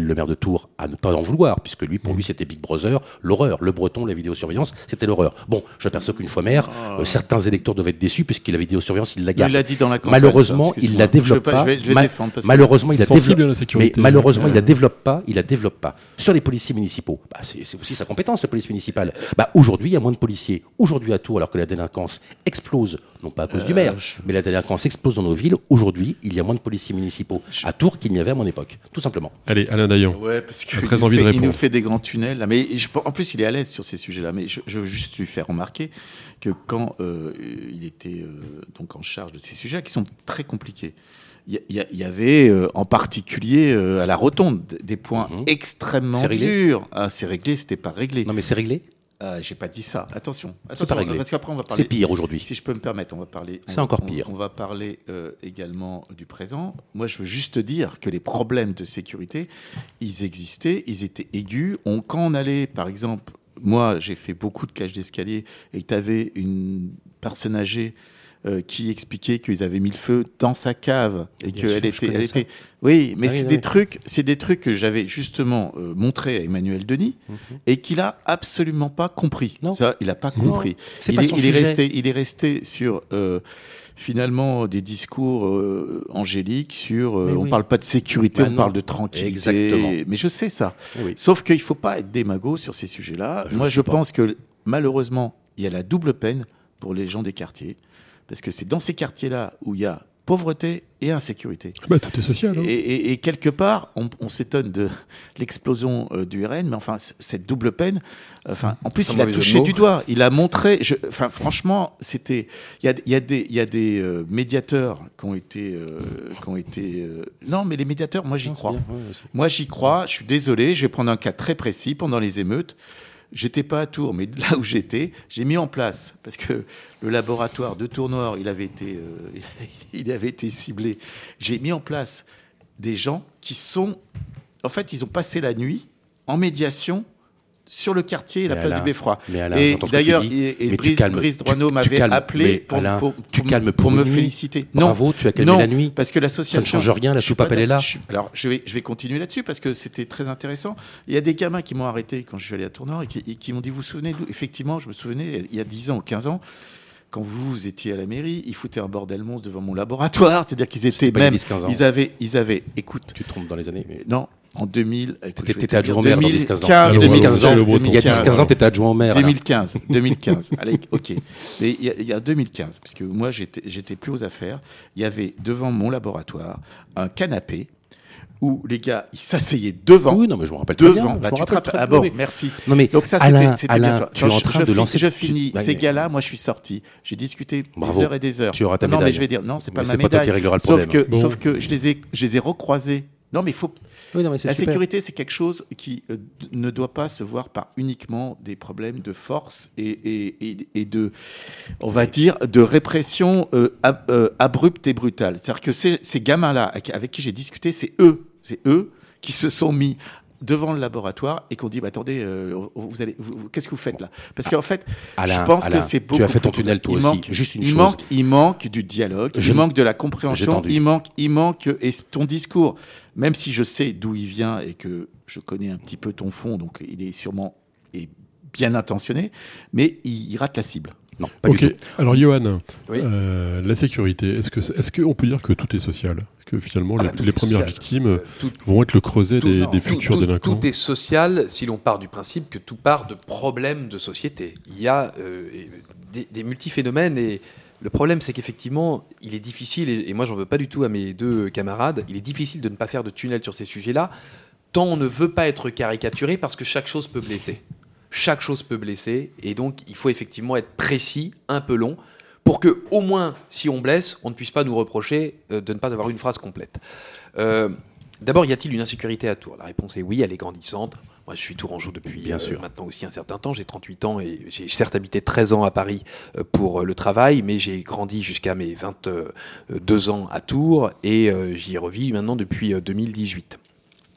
j'appelle le maire de Tours à ne pas en vouloir, puisque lui, pour lui, c'était Big Brother, l'horreur. Le breton, la vidéosurveillance, c'était l'horreur. Bon, j'aperçois qu'une fois maire, Oh. euh, certains électeurs doivent être déçus, puisque la vidéosurveillance, il la garde. Il l'a dit dans la campagne. Malheureusement, ça, il la développe je vais pas. Je vais, je vais Ma- défendre parce que- malheureusement, il la sensible développe. à la sécurité. Mais malheureusement, Euh, il la développe pas. Il la développe pas. Sur les policiers municipaux, bah, c'est, c'est aussi sa compétence, la police municipale. Bah, aujourd'hui, il y a moins de policiers. Aujourd'hui, à Tours, alors que la délinquance explose, non pas à cause Euh, du maire, je- mais la délinquance explose dans nos villes. Aujourd'hui, il y a moins de policiers municipaux à Tours qu'il n'y avait à mon époque, tout simplement. Allez, Alain Dayan. Ouais, parce J'ai qu'il très nous envie de fait- il répondre. nous fait des grands tunnels. Là. Mais je, en plus, il est à l'aise sur ces sujets-là. Mais je, je veux juste lui faire remarquer que quand euh, il était euh, donc en charge de ces sujets qui sont très compliqués, il y, y, y avait euh, en particulier euh, à la rotonde des points Mhm. extrêmement C'est réglé durs. Ah, c'est réglé, c'était pas réglé. Non, mais c'est réglé. Euh, J'ai pas dit ça. Attention, C'est attention, pas réglé. parce qu'après on va parler. C'est pire aujourd'hui. Si je peux me permettre, on va parler. C'est on- encore on- pire. On, va parler euh, également du présent. Moi, je veux juste dire que les problèmes de sécurité, ils existaient, ils étaient aigus. On, quand on allait, par exemple, moi, j'ai fait beaucoup de cages d'escalier et tu avais une personne âgée euh, qui expliquait qu'ils avaient mis le feu dans sa cave et Bien qu'elle sûr, je était, connais elle ça. était. Oui, mais Ah oui, c'est oui, des oui. trucs, c'est des trucs que j'avais justement euh, montré à Emmanuel Denis Mhm. et qu'il a absolument pas compris. Non. Ça, il a pas Non. compris. C'est il pas est, son il est sujet. resté, il est resté sur euh, finalement des discours euh, angéliques sur. euh, Mais on oui. parle pas de sécurité, Bah on non. parle de tranquillité. Exactement. Mais je sais ça. Oui. Sauf qu'il faut pas être démago sur ces sujets-là. Je Moi, le je suis pas. pense que malheureusement, il y a la double peine pour les gens des quartiers, parce que c'est dans ces quartiers-là où il y a pauvreté et insécurité. Bah, tout est social. Hein. Et, et- et quelque part, on, on s'étonne de l'explosion euh, du R N, mais enfin, c- cette double peine, enfin, en plus, Un il a mauvais jeu de touché mots. du doigt, il a montré, je- enfin, franchement, c'était, il y a, il y a des, il y a des euh, médiateurs qui ont été, euh, qui ont été, euh, non, mais les médiateurs, moi, j'y Non, c'est crois. bien, ouais, aussi. Moi, j'y crois. Je suis désolé. Je vais prendre un cas très précis. Pendant les émeutes, j'étais pas à Tours, mais là où j'étais, j'ai mis en place parce que le laboratoire de Tours-Nord, il avait été, euh, il avait été ciblé. J'ai mis en place des gens qui sont, en fait, ils ont passé la nuit en médiation sur le quartier et la Mais place Alain, du Beffroi. mais Alain, Et j'entends ce que tu d'ailleurs, dis, et, et mais tu Brice, calmes, Brice tu- Droineau tu m'avait calmes, appelé mais pour, Alain, pour- tu pour- calmes pour pour me une nuit. féliciter. Bravo, tu as calmé non, la nuit. parce que l'association. Ça ne change rien, la je suis soupape, pas elle est là. je suis- alors, je vais, je vais continuer là-dessus parce que c'était très intéressant. Il y a des gamins qui m'ont arrêté quand je suis allé à Tournord et qui, et qui m'ont dit, vous vous souvenez, d'où effectivement, je me souvenais, il y a dix ans ou quinze ans, quand vous, vous étiez à la mairie, ils foutaient un bordel monstre devant mon laboratoire. C'est-à-dire qu'ils étaient C'était pas il y a même. dix quinze ans. Ils avaient, ils avaient, écoute, Tu te trompes dans les années. Mais... non, en deux mille. écoute, je vais T'étais te adjoint au dire, maire dans dix quinze ans. deux mille quinze, Alors, deux mille quinze, c'est le breton. Il y a dix quinze ans, t'étais adjoint au maire. Alain. deux mille quinze, deux mille quinze. Allez, ok. Mais il y, a- il y a deux mille quinze, parce que moi, j'étais j'étais plus aux affaires. Il y avait devant mon laboratoire un canapé où les gars, ils s'asseyaient devant. Oui, non, mais je me rappelle très bien. Devant. je Bah, me tu te rappelle rappelles. très Ah bien, bon, oui. merci. Non, mais Donc ça, Alain, c'était c'était Alain, bien. tu es en Je- train je de fi- lancer. Je tu- finis. Ouais, Ces mais- gars-là, moi, je suis sorti. J'ai discuté Bravo. des heures et des heures. Tu auras ta non, mais médaille. je vais dire, non, c'est pas Mais ma c'est pas toi médaille. qui réglera le sauf problème. que, Bon. sauf que je les ai, je les ai recroisés. Non, mais il faut. Oui, non, mais c'est La super. sécurité, c'est quelque chose qui euh, ne doit pas se voir par uniquement des problèmes de force et, et, et, et de, on va dire, de répression euh, ab- euh, abrupte et brutale. C'est-à-dire que ces, ces gamins-là, avec, avec qui j'ai discuté, c'est eux, c'est eux qui se sont mis devant le laboratoire et qu'on dit bah, attendez, euh, vous allez, vous- vous- qu'est-ce que vous faites là? Parce qu'en fait, Alain, je pense Alain, que c'est tu beaucoup. as fait ton plus- tunnel, toi il aussi. manque- Juste une il chose. Manque, il manque du dialogue, Je- il manque de la J'ai compréhension, entendu. il manque, il manque et ton discours, même si je sais d'où il vient et que je connais un petit peu ton fond, donc il est sûrement et bien intentionné, mais il, il rate la cible. Non, pas Ok, du tout. alors Johan, Oui. euh, la sécurité, est-ce que est-ce qu'on peut dire que tout est social? Que finalement, Ah les, bah, tout les est premières social. victimes Euh, tout- vont être le creuset tout- des, non, des tout- futurs tout- délinquants? Tout est social si l'on part du principe que tout part de problèmes de société. Il y a euh, des, des multiphénomènes et le problème c'est qu'effectivement il est difficile, et, et moi j'en veux pas du tout à mes deux camarades, il est difficile de ne pas faire de tunnel sur ces sujets-là tant on ne veut pas être caricaturé parce que chaque chose peut blesser. Chaque chose peut blesser et donc il faut effectivement être précis, un peu long, pour que, au moins, si on blesse, on ne puisse pas nous reprocher euh, de ne pas avoir une phrase complète. Euh, D'abord, y a-t-il une insécurité à Tours? La réponse est oui, elle est grandissante. Moi, je suis tourangeau depuis Bien euh, sûr. maintenant aussi un certain temps. J'ai trente-huit ans et j'ai certes habité treize ans à Paris euh, pour euh, le travail, mais j'ai grandi jusqu'à mes vingt-deux ans à Tours et euh, j'y revis maintenant depuis euh, deux mille dix-huit.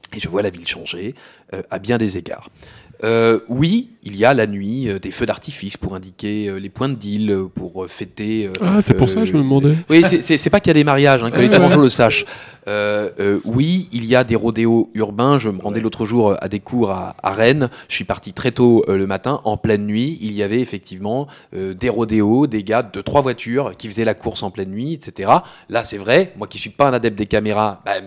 et je vois la ville changer euh, à bien des égards. Euh, oui, il y a la nuit euh, des feux d'artifice pour indiquer euh, les points de deal, euh, pour euh, fêter. Euh, ah, c'est pour euh, ça que je me demandais. Oui, c'est, c'est, c'est pas qu'il y a des mariages, hein, que Ah, les ouais. étrangers le sachent. Euh, euh, oui, il y a des rodéos urbains. Je me rendais l'autre jour à des cours à, à Rennes. Je suis parti très tôt euh, le matin, en pleine nuit. Il y avait effectivement euh, des rodéos, des gars de trois voitures qui faisaient la course en pleine nuit, et cetera. Là, c'est vrai. Moi, qui suis pas un adepte des caméras, bah,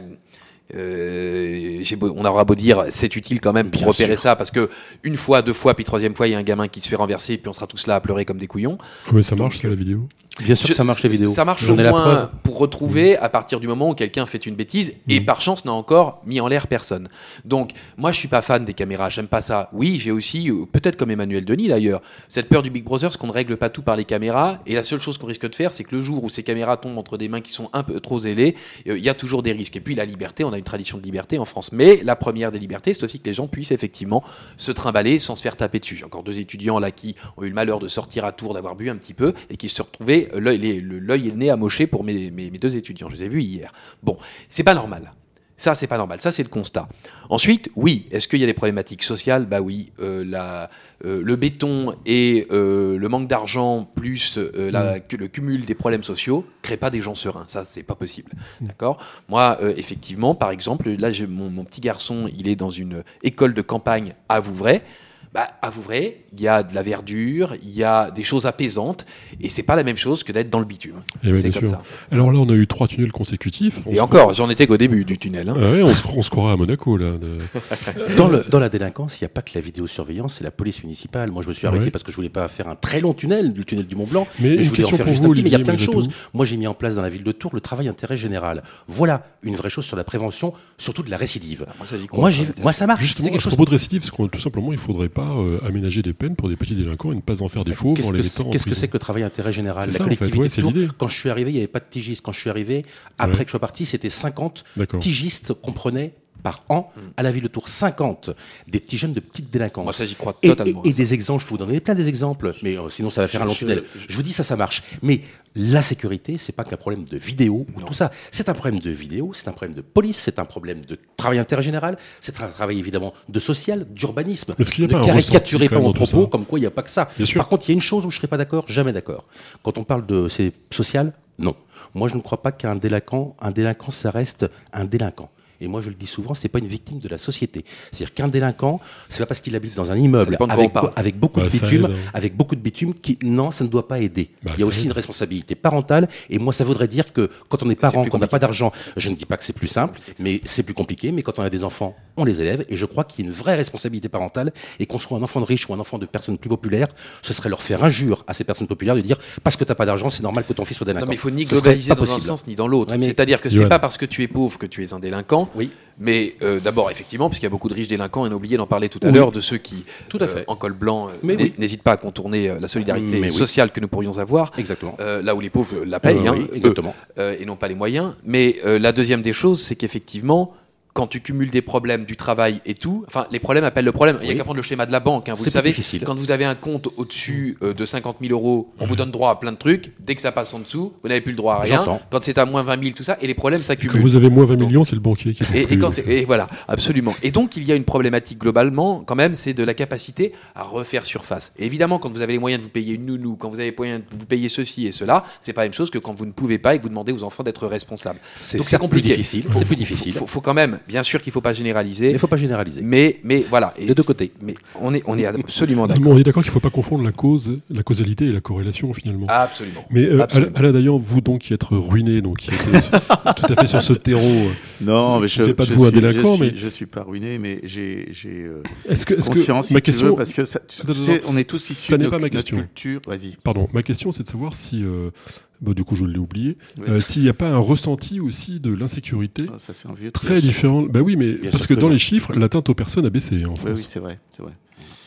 Euh, j'ai beau, on aura beau dire c'est utile quand même pour Bien repérer sûr. ça, parce que une fois, deux fois, puis troisième fois il y a un gamin qui se fait renverser et puis on sera tous là à pleurer comme des couillons. Oui, ça marche, ça, la vidéo. Bien sûr que ça marche les vidéos. Ça marche J'en au ai la moins preuve. pour retrouver à partir du moment où quelqu'un fait une bêtise et Mmh. par chance n'a encore mis en l'air personne. Donc moi je suis pas fan des caméras, j'aime pas ça. Oui, j'ai aussi, euh, peut-être comme Emmanuel Denis d'ailleurs, cette peur du Big Brother, ce qu'on ne règle pas tout par les caméras, et la seule chose qu'on risque de faire, c'est que le jour où ces caméras tombent entre des mains qui sont un peu trop zélées, euh, il y a toujours des risques. Et puis la liberté, on a une tradition de liberté en France, mais la première des libertés, c'est aussi que les gens puissent effectivement se trimballer sans se faire taper dessus. J'ai encore deux étudiants là qui ont eu le malheur de sortir à Tours, d'avoir bu un petit peu, et qui se retrouvaient euh, l'œil, les- le- l'œil et le nez amochés pour mes, mes, mes deux étudiants. Je les ai vus hier. Bon, c'est pas normal. Ça, c'est pas normal. Ça, c'est le constat. Ensuite, oui, est-ce qu'il y a des problématiques sociales ? Bah oui, euh, la, euh, le béton et euh, le manque d'argent plus euh, la, que le cumul des problèmes sociaux créent pas des gens sereins. Ça, c'est pas possible. D'accord ? Moi, euh, effectivement, par exemple, là, j'ai, mon, mon petit garçon, il est dans une école de campagne à Vouvray. Bah, à Vouvray, il y a de la verdure, il y a des choses apaisantes, et c'est pas la même chose que d'être dans le bitume. Eh oui, c'est bien comme sûr. ça. Alors là, on a eu trois tunnels consécutifs. On Et se- encore, j'en étais qu'au début du tunnel. Hein. Ah ouais, on, se, on se croirait à Monaco, là. de- Dans, le, dans la délinquance, il n'y a pas que la vidéosurveillance, c'est la police municipale. Moi, je me suis arrêté Ouais. parce que je voulais pas faire un très long tunnel, du tunnel du Mont Blanc. Mais une je voulais question en faire pour juste vous, un petit, mais il y a Olivier, plein de malgré choses. tout. Moi, j'ai mis en place dans la ville de Tours le travail intérêt général. Voilà une vraie chose sur la prévention, surtout de la récidive. Moi, ça, j'y crois. Moi, j'ai, moi, ça marche. Justement, C'est à quelque ce chose. propos de récidive, parce qu'on tout simplement, il faudrait pas euh, aménager des peines pour des petits délinquants et ne pas en faire des faux Qu'est-ce en que, les c'est, mettant en qu'est-ce que prison. c'est que le travail intérêt général? C'est La ça, en fait, collectivité ouais, de c'est Tours, l'idée. quand je suis arrivé, il n'y avait pas de tigistes. Quand je suis arrivé, après Ouais. que je sois parti, c'était cinquante D'accord. tigistes qu'on prenait par an à la ville de Tours. cinquante. Des petits jeunes de petite délinquance. Moi, ça, j'y crois Et, totalement. et- et des exemples, je peux vous donner plein des exemples, mais euh, sinon ça va faire un long Je- tunnel. je- Je vous dis, ça, ça marche. Mais la sécurité, c'est pas qu'un problème de vidéo ou Non. tout ça. C'est un problème de vidéo, c'est un problème de police, c'est un problème de travail intérêt général, c'est un travail évidemment de social, d'urbanisme. Est-ce qu'il y a Ne pas un caricaturez ressenti pas quand même mon dans tout propos ça comme quoi il n'y a pas que ça. Bien sûr. Par contre, il y a une chose où je ne serais pas d'accord, jamais d'accord. Quand on parle de c'est social, non. Moi, je ne crois pas qu'un délinquant, un délinquant, ça reste un délinquant. Et moi, je le dis souvent, c'est pas une victime de la société. C'est-à-dire qu'un délinquant, c'est pas parce qu'il habite dans un immeuble dépend de quoi avec, on parle. avec beaucoup Bah, de ça bitume, aide, hein. avec beaucoup de bitume, qui non, ça ne doit pas aider. Bah, Il y a ça aussi aide. une responsabilité parentale. Et moi, ça voudrait dire que quand on est parent, plus qu'on n'a pas compliqué. d'argent, je ne dis pas que c'est plus simple, mais c'est plus compliqué. Mais quand on a des enfants, on les élève. Et je crois qu'il y a une vraie responsabilité parentale. Et qu'on soit un enfant de riche ou un enfant de personnes plus populaires, ce serait leur faire injure à ces personnes populaires de dire parce que t'as pas d'argent, c'est normal que ton fils soit délinquant. Non, mais il faut ni Ce serait globaliser pas dans un possible. sens ni dans l'autre. Ouais, mais- C'est-à-dire que c'est Johan. pas parce que tu es pauvre que tu es un délinquant. Oui. Mais euh, d'abord, effectivement, parce qu'il y a beaucoup de riches délinquants, et on a oublié d'en parler tout à Oui. l'heure, de ceux qui, Tout à fait. en col blanc, euh, Mais n'hé- oui. n'hésitent pas à contourner euh, la solidarité Mais oui. sociale que nous pourrions avoir. Exactement. Euh, là où les pauvres la payent, Euh, hein, oui, eux, exactement. euh, et n'ont pas les moyens. Mais euh, la deuxième des choses, c'est qu'effectivement, quand tu cumules des problèmes du travail et tout, enfin, les problèmes appellent le problème. Il n'y a Oui. qu'à prendre le schéma de la banque. Hein, vous C'est le savez, plus difficile. quand vous avez un compte au-dessus euh, de cinquante mille euros, on vous donne droit à plein de trucs. Dès que ça passe en dessous, vous n'avez plus le droit à rien. J'entends. Quand c'est à moins vingt mille, tout ça, et les problèmes Quand s'accumulent. vous avez moins vingt Donc- millions, c'est le banquier qui est Et, et, plus- quand c'est- et voilà, absolument. Et donc, il y a une problématique globalement, quand même, c'est de la capacité à refaire surface. Et évidemment, quand vous avez les moyens de vous payer une nounou, quand vous avez les moyens de vous payer ceci et cela, c'est pas la même chose que quand vous ne pouvez pas et que vous demandez aux enfants d'être responsables. C'est Donc, c'est certes plus compliqué. difficile. Faut- C'est plus faut- difficile. Faut, faut quand même, bien sûr qu'il faut pas généraliser. Mais il ne faut pas généraliser. Mais, mais voilà. Et Des deux côtés. Mais on est, on est absolument d'accord. On est d'accord qu'il ne faut pas confondre la cause, la causalité et la corrélation finalement. Absolument. Mais euh, Absolument. Alain Dayan, vous donc qui êtes ruiné, donc qui êtes tout à fait sur ce terreau, euh, Non, mais Je je, fais pas de je vous un suis, délinquant, je suis, mais- je suis pas ruiné, mais j'ai j'ai, euh, est-ce que, est-ce conscience, que si ma tu question, veux, parce que ça, tu, Attends, tu sais, attends. on est tous issus Ça de n'est pas notre, ma notre question. culture. Vas-y. pardon, ma question c'est de savoir si, euh, bah, du coup je l'ai oublié, Vas-y. euh, s'il n'y a pas un ressenti aussi de l'insécurité Ah, ça, c'est un vieux très truc. différent. Bah oui, mais Bien parce sûr que que dans non. les chiffres, l'atteinte aux personnes a baissé en Oui, France. oui, c'est vrai, c'est vrai.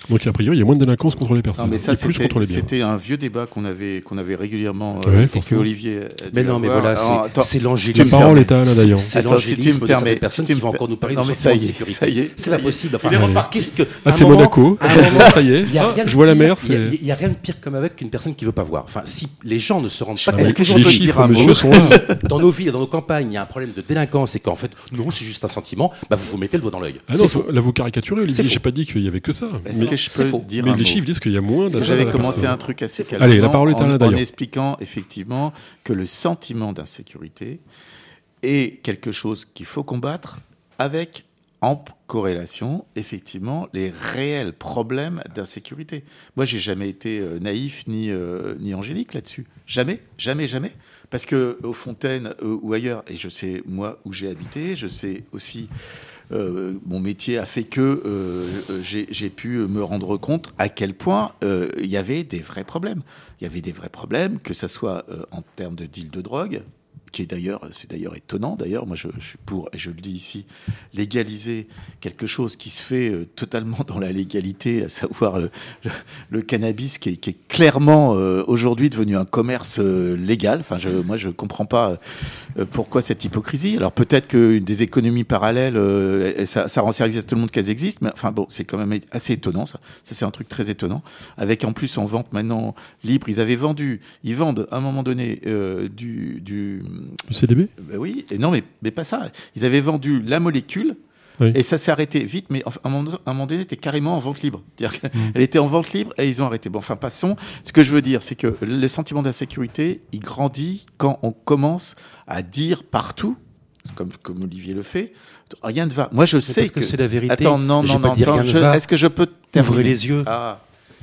Donc, a priori, il y a moins de délinquance contre les personnes. Non, mais ça, et plus c'était, contre les biens. c'était un vieux débat qu'on avait, qu'on avait régulièrement. Ouais, euh, et forcément. que Olivier a dû Mais non, mais avoir. voilà, c'est, Alors, attends, c'est La l'angélisme. parole est à Alain Dayan. C'est Attends, si tu l'angélisme me de certaines permets, personnes si tu qui me vont per- encore nous parler Non, de mais sentiment ça de y est, sécurité. ça y est, C'est ça pas y est. possible. Enfin, Il est alors, reparti. qu'est-ce que. Ah, à un c'est moment- Monaco. à un moment- Ça y est. Il y a rien de Je vois la pire- mer, Il y a- c'est. il y a rien de pire comme avec qu'une personne qui veut pas voir. Enfin, si les gens ne se rendent Je- pas est-ce compte que je Les peux chiffres, dire un monsieur, mot sont là. dans nos villes et dans nos campagnes, il y a un problème de délinquance et qu'en fait, non, c'est juste un sentiment, bah vous vous mettez le doigt dans l'œil. Ah non, C'est faux. là, vous caricaturez, C'est Olivier. faux. J'ai pas dit qu'il y avait que ça. Est-ce Mais, que je c'est peux faux. dire mais un les mot chiffres disent qu'il y a moins Parce que d'atteintes à j'avais la commencé personne. un truc assez Allez, calmement la parole est à Alain en, en Dayan. expliquant effectivement que le sentiment d'insécurité est quelque chose qu'il faut combattre avec en corrélation, effectivement, les réels problèmes d'insécurité. Moi, j'ai jamais été euh, naïf ni, euh, ni angélique là-dessus. Jamais, jamais, jamais. Parce que aux Fontaines euh, ou ailleurs, et je sais, moi, où j'ai habité, je sais aussi, euh, mon métier a fait que euh, euh, j'ai, j'ai pu me rendre compte à quel point euh, il y avait des vrais problèmes. Il y avait des vrais problèmes, que ce soit euh, en termes de deal de drogue, qui est d'ailleurs, c'est d'ailleurs étonnant. D'ailleurs, moi, je, je suis pour, et je le dis ici, légaliser quelque chose qui se fait euh, totalement dans la légalité, à savoir le, le, le cannabis, qui est, qui est clairement euh, aujourd'hui devenu un commerce euh, légal. Enfin, je, moi, je comprends pas euh, pourquoi cette hypocrisie. Alors peut-être que des économies parallèles, euh, ça, ça rend service à tout le monde qu'elles existent, mais enfin bon, c'est quand même assez étonnant. Ça, ça c'est un truc très étonnant. Avec en plus en vente maintenant libre, ils avaient vendu, ils vendent à un moment donné euh, du, du Du C D B. Ben oui, et non, mais, mais pas ça. Ils avaient vendu la molécule, Oui. et ça s'est arrêté vite, mais enfin, à un moment, à un moment donné, elle était carrément en vente libre. C'est-à-dire qu'elle Mm. était en vente libre et ils ont arrêté. Bon, enfin, passons. Ce que je veux dire, c'est que le sentiment d'insécurité, il grandit quand on commence à dire partout, comme, comme Olivier le fait, rien ne va. Moi, je sais parce que c'est la vérité. Attends, non, J'ai non, pas non. dit attends, rien ne je- va. Est-ce que je peux terminer Ouvrez les yeux. Ah.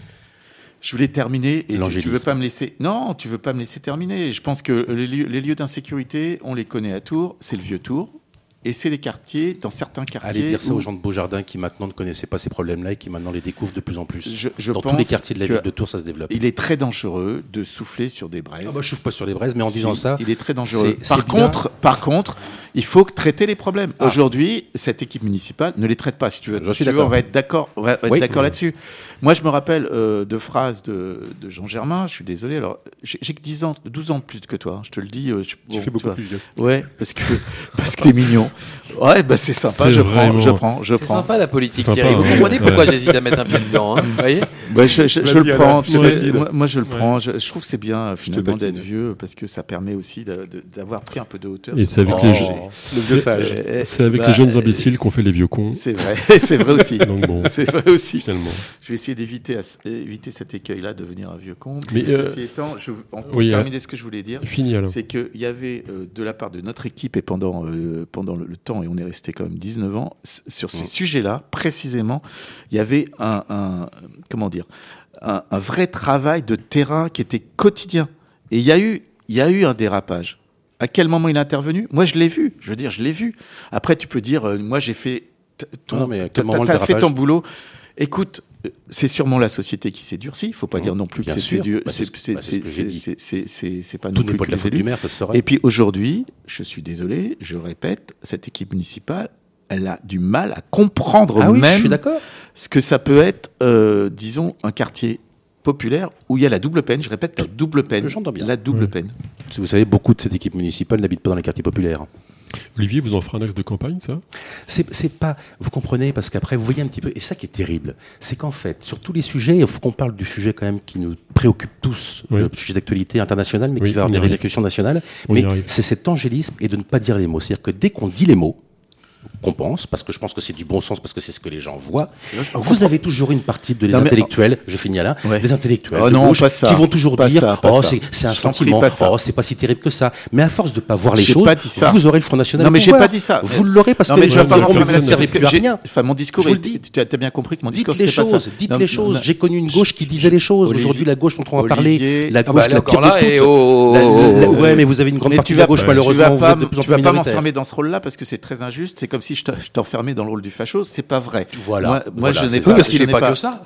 Je voulais terminer et tu, tu veux L'angélisme. pas me laisser. Non, tu veux pas me laisser terminer. Je pense que les lieux, les lieux d'insécurité, on les connaît à Tours. C'est le vieux Tours. Et c'est les quartiers, dans certains quartiers. Allez dire ça où aux gens de Beaujardin qui maintenant ne connaissaient pas ces problèmes-là et qui maintenant les découvrent de plus en plus. Je- je Dans tous pense les quartiers de la que ville de Tours, ça se développe. il est très dangereux de souffler sur des braises. Ah bah, je souffle pas sur les braises, mais en Si, disant ça, il est très dangereux. c'est- Par c'est bien. contre, par contre, il faut traiter les problèmes. Ah. Aujourd'hui, cette équipe municipale ne les traite pas. Si tu veux, Je suis tu veux, d'accord. on va être d'accord. On va être Oui. d'accord là-dessus. Moi, je me rappelle euh, de phrases de, de Jean Germain. Je suis désolé. Alors, j'ai j'ai que dix ans, douze ans de plus que toi. hein, Je te le dis. euh, je- Tu bon, fais beaucoup vois. plus vieux. Ouais, parce que parce que t'es mignon. Ouais, bah c'est sympa. C'est Je prends, vraiment- je prends, je C'est prends. sympa la politique, C'est Thierry. sympa, Vous hein. comprenez pourquoi Ouais. j'hésite à mettre un pied dedans, hein, vous voyez Bah, je, je- je Vas-y, le Alain, prends. je tu te sais, taquine. moi, moi, je le Ouais. prends. Je, je trouve que c'est bien finalement taquine. d'être vieux parce que ça permet aussi de- de- d'avoir pris un peu de hauteur. Et c'est avec Oh. les jeux- le vieux sage. Euh, C'est avec bah, les jeunes imbéciles qu'on fait les vieux cons. C'est vrai, c'est vrai aussi. Donc bon, C'est vrai aussi. finalement. Je vais essayer d'éviter à- éviter cet écueil-là, de devenir un vieux con. Mais, Mais euh, ceci étant, je, en- pour oui, terminer ce que je voulais dire, Fini alors. c'est qu'il y avait euh, de la part de notre équipe et pendant, euh, pendant le, le temps, et on est resté quand même dix-neuf ans, s- sur ces Mmh. sujets-là, précisément, il y avait un, un- comment dire, un, un vrai travail de terrain qui était quotidien. Et il y a eu, il y a eu un dérapage. À quel moment il est intervenu ? Moi, je l'ai vu. Je veux dire, je l'ai vu. Après, tu peux dire, euh, moi, j'ai fait t- ton, Non, mais à quel t'as- moment le t'as fait dérapage ton boulot. Écoute, euh, c'est sûrement la société qui s'est durcie. Il faut pas Mmh, dire non plus que bien c'est sûr. dur. Bah, c'est C'est ce que- c'est- bah, c'est ce que j'ai c'est- dit. c'est- c'est- c'est- c'est pas Tout non n'est plus pas que de la les faute élus. du maire, ça se saurait. Et puis aujourd'hui, je suis désolé, je répète, cette équipe municipale, elle a du mal à comprendre Ah oui, je même suis d'accord. ce que ça peut être, euh, disons, un quartier populaire où il y a la double peine. Je répète, la double peine. J'entends bien. La double Ouais. peine. Parce que vous savez, beaucoup de cette équipe municipale n'habitent pas dans les quartiers populaires. Olivier, vous en ferez un axe de campagne, ça C'est c'est pas, vous comprenez, parce qu'après, vous voyez un petit peu, et ça qui est terrible, c'est qu'en fait, sur tous les sujets, il faut qu'on parle du sujet quand même qui nous préoccupe tous, Oui. le sujet d'actualité internationale, mais Oui, qui va avoir on y des arrive. répercussions nationales. On y Mais arrive. c'est cet angélisme et de ne pas dire les mots. C'est-à-dire que dès qu'on dit les mots, qu'on pense, parce que je pense que c'est du bon sens, parce que c'est ce que les gens voient, vous avez toujours une partie de les Non, mais- intellectuels, je finis là, Ouais. des intellectuels Oh de non, gauche, pas ça. qui vont toujours Pas dire ça, pas oh, ça. c'est- c'est un Je t'en prie, sentiment, pas ça. oh, c'est pas si terrible que ça. Mais à force de ne pas voir les J'ai choses, pas dit ça. vous aurez le Front National. Non, au mais j'ai pouvoir. pas dit ça. Vous l'aurez parce Non, que mais les je vais gens pas ne m'enfermer servent là-dessus, parce plus que à j'ai- rien. Enfin, mon discours, Je vous le est- dis. tu as t'as bien compris que mon discours, Dites les c'était pas choses, ça. dites Non, les non, choses. non. J'ai connu une gauche qui disait les choses. Olivier- Aujourd'hui, la gauche dont on va Olivier- parler, la Ah bah, gauche, elle est la encore pire de là, toutes. et oh, La- la- oh, la- oh, Ouais, mais vous avez une grande Mais partie tu de la vas, gauche, tu malheureusement, vas vous pas, êtes de plus en tu vas plus pas minoritaire. m'enfermer dans ce rôle-là parce que c'est très injuste. C'est comme si je te- je t'enfermais dans le rôle du facho. C'est pas vrai. Voilà. Moi, moi, Voilà, je c'est n'ai ça. pas. Oui, parce qu'il je n'est n'ai pas que ça.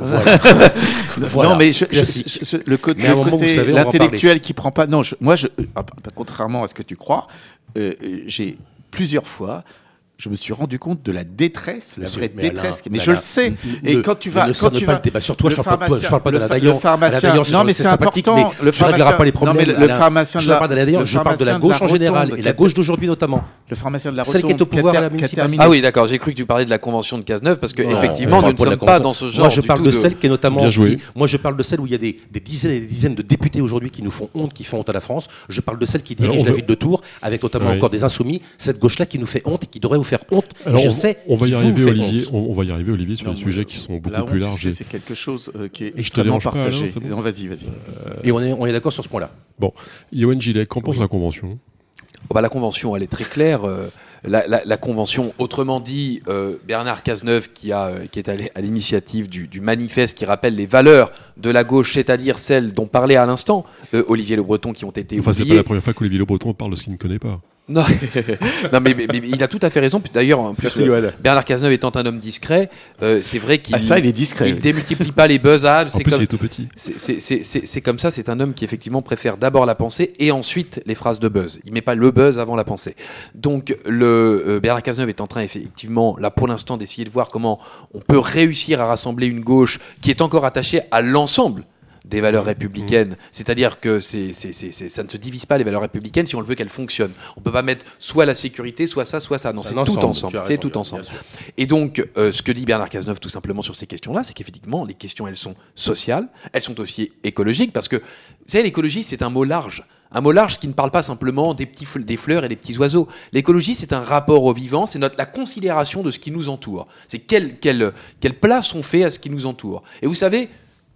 Voilà. Non, mais je- je- Classique. je- le côté, Mais à un le moment, côté- vous savez, on va en l'intellectuel qui prend pas. Non, je- moi, je, ah, bah, contrairement à ce que tu crois, euh, j'ai plusieurs fois je me suis rendu compte de la détresse, la Monsieur, vraie mais détresse. Alain, mais mais je Alain, le sais. ne- Et ne- quand tu ne vas, quand cerne tu pas vas, le débat sur toi, le je parle pas de toi, je parle pas de pharmacien- la le Dayan. pharmacien- La Dayan, non mais c'est important. mais Le je ne réglerai pas les problèmes. non mais le, le Alain. pharmacien Je de la, parle de la Dayan, le je parle de la pharmacien gauche en Rotonde, général et qui la a- gauche d'aujourd'hui notamment. Le pharmacien de la Celle qui est Rotonde, au pouvoir a à la ter- qui a municipalité. terminé. Ah oui, d'accord, j'ai cru que tu parlais de la convention de Cazeneuve, parce que Non, effectivement, on nous parle ne pas de la sommes pas convention. dans ce genre. Moi, je du parle tout de celle qui est notamment. Bien joué. qui- Moi, je parle de celle où il y a des, des dizaines et des dizaines de députés aujourd'hui qui nous font honte, qui font honte à la France. Je parle de celle qui dirige Alors, on la veut- ville de Tours, avec notamment Oui. encore des insoumis. Cette gauche-là qui nous fait honte et qui devrait vous faire honte. Alors, je on, sais. on va y qu'il arriver, vous fait Olivier. honte. On, on va y arriver, Olivier, sur Non, des moi, sujets qui sont beaucoup La honte, plus tu larges. sais, et- c'est quelque chose euh, qui est te extrêmement dérange pas, partagé. Alain, c'est bon Non, vas-y, vas-y. Et on est, on est d'accord sur ce point-là. Yoann Gillet, qu'en pense la Convention? Oh bah, la convention, elle est très claire. euh, la, la- la convention, autrement dit, euh, Bernard Cazeneuve, qui, a, euh, qui est allé à l'initiative du, du manifeste qui rappelle les valeurs de la gauche, c'est-à-dire celles dont parlait à l'instant euh, Olivier Le Breton, qui ont été Enfin, c'est pas oubliées. la première fois qu'Olivier Le Breton parle de ce qu'il ne connaît pas. Non, non mais, mais- mais il a tout à fait raison. Puis D'ailleurs, en plus, Merci, euh, Yoann. Bernard Cazeneuve étant un homme discret, euh, c'est vrai qu'il Ah ça, il est discret. il démultiplie pas les buzz. Ah, En c'est plus, comme, il est tout petit. c'est- c'est- c'est- c'est- c'est comme ça, c'est un homme qui effectivement préfère d'abord la pensée et ensuite les phrases de buzz. Il met pas le buzz avant la pensée. Donc le euh, Bernard Cazeneuve est en train effectivement, là pour l'instant, d'essayer de voir comment on peut réussir à rassembler une gauche qui est encore attachée à l'ensemble des valeurs républicaines, c'est-à-dire que c'est, c'est, c'est, c'est- ça ne se divise pas les valeurs républicaines si on le veut qu'elles fonctionnent. On peut pas mettre soit la sécurité, soit ça, soit ça. Non, C'est c'est un tout ensemble, ensemble. tu as C'est raison, tout bien ensemble. sûr. Et donc, euh, ce que dit Bernard Cazeneuve tout simplement sur ces questions-là, c'est qu'effectivement, les questions, elles sont sociales, elles sont aussi écologiques, parce que, vous savez, l'écologie, c'est un mot large. Un mot large qui ne parle pas simplement des, petits, fl- des fleurs et des petits oiseaux. L'écologie, c'est un rapport au vivant, c'est notre, la considération de ce qui nous entoure. C'est quelle, quelle, quelle place on fait à ce qui nous entoure. Et vous savez,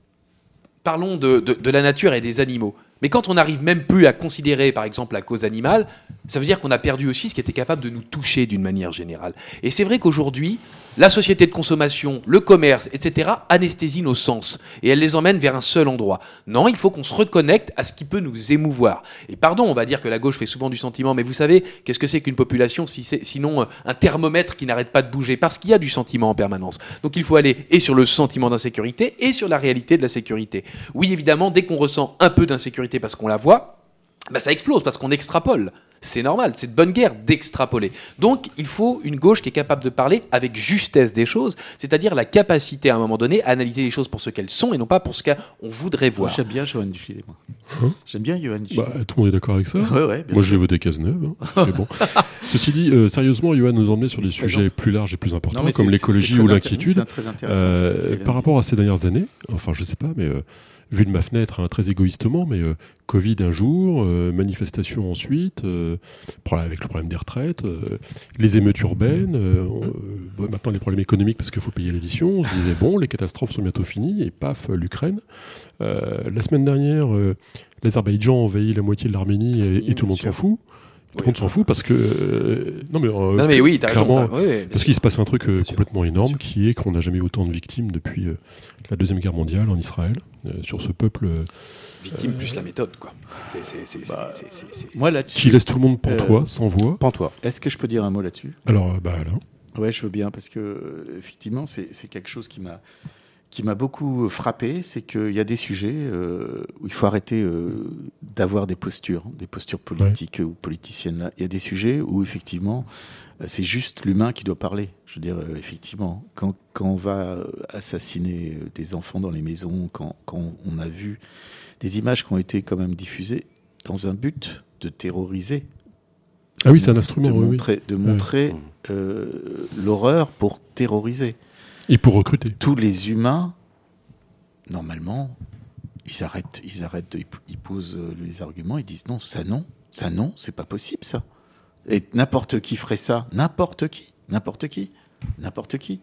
parlons de, de, de la nature et des animaux. Mais quand on n'arrive même plus à considérer, par exemple, la cause animale, ça veut dire qu'on a perdu aussi ce qui était capable de nous toucher d'une manière générale. Et c'est vrai qu'aujourd'hui, la société de consommation, le commerce, et cetera, anesthésie nos sens. Et elle les emmène vers un seul endroit. Non, il faut qu'on se reconnecte à ce qui peut nous émouvoir. Et pardon, on va dire que la gauche fait souvent du sentiment, mais vous savez, qu'est-ce que c'est qu'une population si c'est, sinon euh, un thermomètre qui n'arrête pas de bouger? Parce qu'il y a du sentiment en permanence. Donc il faut aller et sur le sentiment d'insécurité et sur la réalité de la sécurité. Oui, évidemment, dès qu'on ressent un peu d'insécurité parce qu'on la voit, bah ça explose parce qu'on extrapole. C'est normal, c'est de bonne guerre d'extrapoler. Donc, il faut une gauche qui est capable de parler avec justesse des choses, c'est-à-dire la capacité à un moment donné à analyser les choses pour ce qu'elles sont et non pas pour ce qu'on voudrait voir. Moi, j'aime bien Yoann Gillet, moi. Hein J'aime bien Yoann Gillet. Bah, tout le monde est d'accord avec ça. ouais, ouais, bien Moi, sûr. j'ai voté Cazeneuve. Hein. Mais bon. Ceci dit, euh, sérieusement, Yoann nous emmenait sur Il des se sujets présente. plus larges et plus importants, Non, mais comme c'est- l'écologie c'est très ou intér- l'inquiétude. c'est très intéressant, Euh, c'est ce qu'il vient par de rapport à ces dernières années, enfin, je sais pas, mais euh, vu de ma fenêtre, hein, très égoïstement, mais euh, Covid un jour, euh, manifestation ensuite, euh, problème avec le problème des retraites, euh, les émeutes urbaines, euh, on- euh, bon, maintenant les problèmes économiques parce qu'il faut payer l'édition. On se disait bon, les catastrophes sont bientôt finies et paf, l'Ukraine. Euh, la semaine dernière, euh, l'Azerbaïdjan envahit la moitié de l'Arménie et, Oui, et tout le monde bien s'en sûr. fout. Tout le monde s'en fout parce que euh, non mais, euh, Non, mais oui, t'as raison. clairement, t'as- oui, oui, bien parce sûr. qu'il se passe un truc euh, Bien sûr. complètement énorme Bien qui est qu'on n'a jamais eu autant de victimes depuis euh, la Deuxième Guerre mondiale en Israël, euh, sur ce peuple euh, Victime plus la méthode, quoi. C'est, c'est, c'est, Bah, c'est, c'est, c'est- Moi, qui là-dessus, laisse tout le monde pantois, Euh, sans voix. Prends-toi. est-ce que je peux dire un mot là-dessus? Alors, euh, bah Alain, Ouais, je veux bien, parce que euh, effectivement, c'est c'est quelque chose qui m'a qui m'a beaucoup frappé, c'est qu'il y a des sujets euh, où il faut arrêter euh, d'avoir des postures, des postures politiques ou politiciennes. Là. Il y a des sujets où effectivement, euh, c'est juste l'humain qui doit parler. Je veux dire, euh, effectivement, quand, quand on va euh, assassiner euh, des enfants dans les maisons, quand, quand on a vu des images qui ont été quand même diffusées dans un but de terroriser. ah oui, c'est un instrument, de oui, oui. montrer, de montrer euh, l'horreur pour terroriser. Et pour recruter. Tous les humains, normalement, ils arrêtent, ils arrêtent, de, ils posent euh, les arguments, ils disent non, ça non, ça non, c'est pas possible ça. Et n'importe qui ferait ça, n'importe qui, n'importe qui, n'importe qui.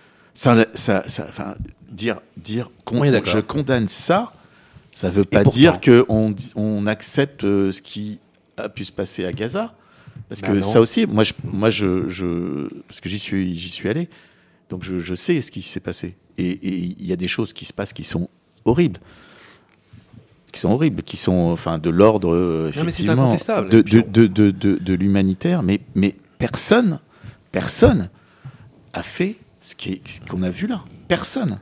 Ça, ça, ça, enfin, dire, dire, con- On est d'accord. je condamne ça, ça veut pas pourtant- dire que on, on accepte euh, ce qui a pu se passer à Gaza. Parce Bah que non. ça aussi, moi, je, moi, je, je parce que j'y suis, j'y suis allé. Donc je, je sais ce qui s'est passé. Et et il y a des choses qui se passent qui sont horribles. Qui sont horribles, qui sont enfin, de l'ordre, euh, Non, mais c'est effectivement, incontestable. de, Et puis de, de, de, de, de l'humanitaire. Mais, mais personne, personne a fait ce qui est- ce qu'on a vu là. Personne.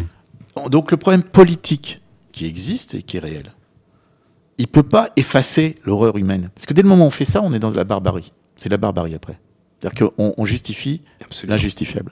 Mmh. Donc le problème politique qui existe et qui est réel, il ne peut pas effacer l'horreur humaine. Parce que dès le moment où on fait ça, on est dans de la barbarie. C'est la barbarie après. C'est-à-dire qu'on on justifie Absolument. l'injustifiable.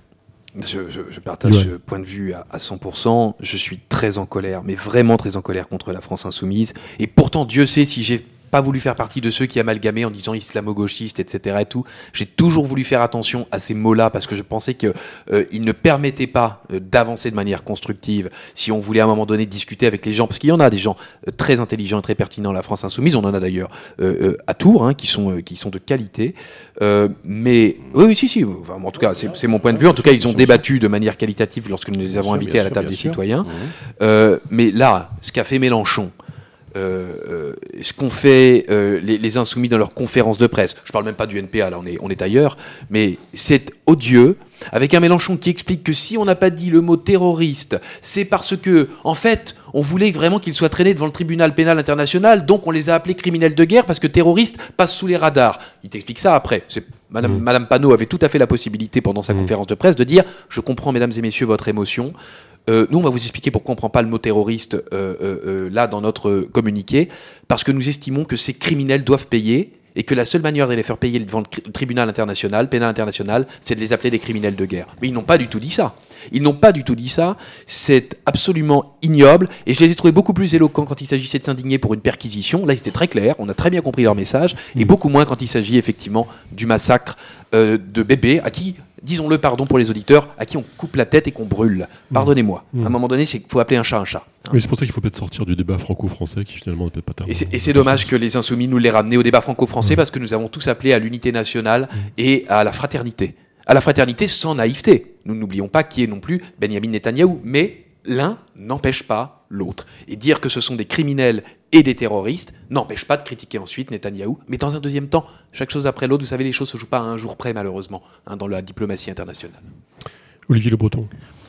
Je, je, je partage Ouais. ce point de vue à, à cent pour cent. Je suis très en colère, mais vraiment très en colère contre la France insoumise. Et pourtant, Dieu sait si j'ai pas voulu faire partie de ceux qui amalgamaient en disant islamo-gauchiste, et cetera et tout. J'ai toujours voulu faire attention à ces mots-là parce que je pensais qu'ils euh, ne permettaient pas euh, d'avancer de manière constructive si on voulait à un moment donné discuter avec les gens. Parce qu'il y en a des gens euh, très intelligents et très pertinents à la France insoumise. On en a d'ailleurs euh, euh, à Tours, hein, qui sont, euh, qui sont de qualité. Euh, mais oui, oui, si, si. Enfin, en tout cas, c'est, c'est mon point de vue. En tout cas, ils ont débattu de manière qualitative lorsque nous les avons invités à la table des citoyens. Euh, mais là, ce qu'a fait Mélenchon, Euh, euh, ce qu'ont fait euh, les, les insoumis dans leurs conférences de presse, je parle même pas du N P A, là on est, on est ailleurs, mais c'est odieux, avec un Mélenchon qui explique que si on n'a pas dit le mot terroriste, c'est parce que, en fait, on voulait vraiment qu'ils soient traînés devant le tribunal pénal international, donc on les a appelés criminels de guerre parce que terroristes passent sous les radars. Il t'explique ça après. C'est, Madame, mmh. Madame Panot avait tout à fait la possibilité pendant sa mmh. conférence de presse de dire « Je comprends, mesdames et messieurs, votre émotion ». Euh, nous, on va vous expliquer pourquoi on ne prend pas le mot terroriste euh, euh, euh, là dans notre communiqué, parce que nous estimons que ces criminels doivent payer et que la seule manière de les faire payer devant le tribunal international, pénal international, c'est de les appeler des criminels de guerre. Mais ils n'ont pas du tout dit ça. Ils n'ont pas du tout dit ça. C'est absolument ignoble. Et je les ai trouvés beaucoup plus éloquents quand il s'agissait de s'indigner pour une perquisition. Là, c'était très clair. On a très bien compris leur message. Et beaucoup moins quand il s'agit effectivement du massacre euh, de bébés à qui, disons-le, pardon pour les auditeurs, à qui on coupe la tête et qu'on brûle. Pardonnez-moi. Mmh. À un moment donné, il faut appeler un chat un chat. Hein. Oui, c'est pour ça qu'il faut peut-être sortir du débat franco-français qui finalement n'est peut-être pas tellement... Et c'est, et c'est dommage que les insoumis nous l'aient ramené au débat franco-français mmh. parce que nous avons tous appelé à l'unité nationale mmh. et à la fraternité. À la fraternité sans naïveté. Nous n'oublions pas qui est non plus Benyamin Netanyahou. Mais l'un n'empêche pas l'autre. Et dire que ce sont des criminels et des terroristes n'empêche pas de critiquer ensuite Netanyahou. Mais dans un deuxième temps, chaque chose après l'autre, vous savez, les choses ne se jouent pas à un jour près, malheureusement, hein, dans la diplomatie internationale. Olivier Le Breton.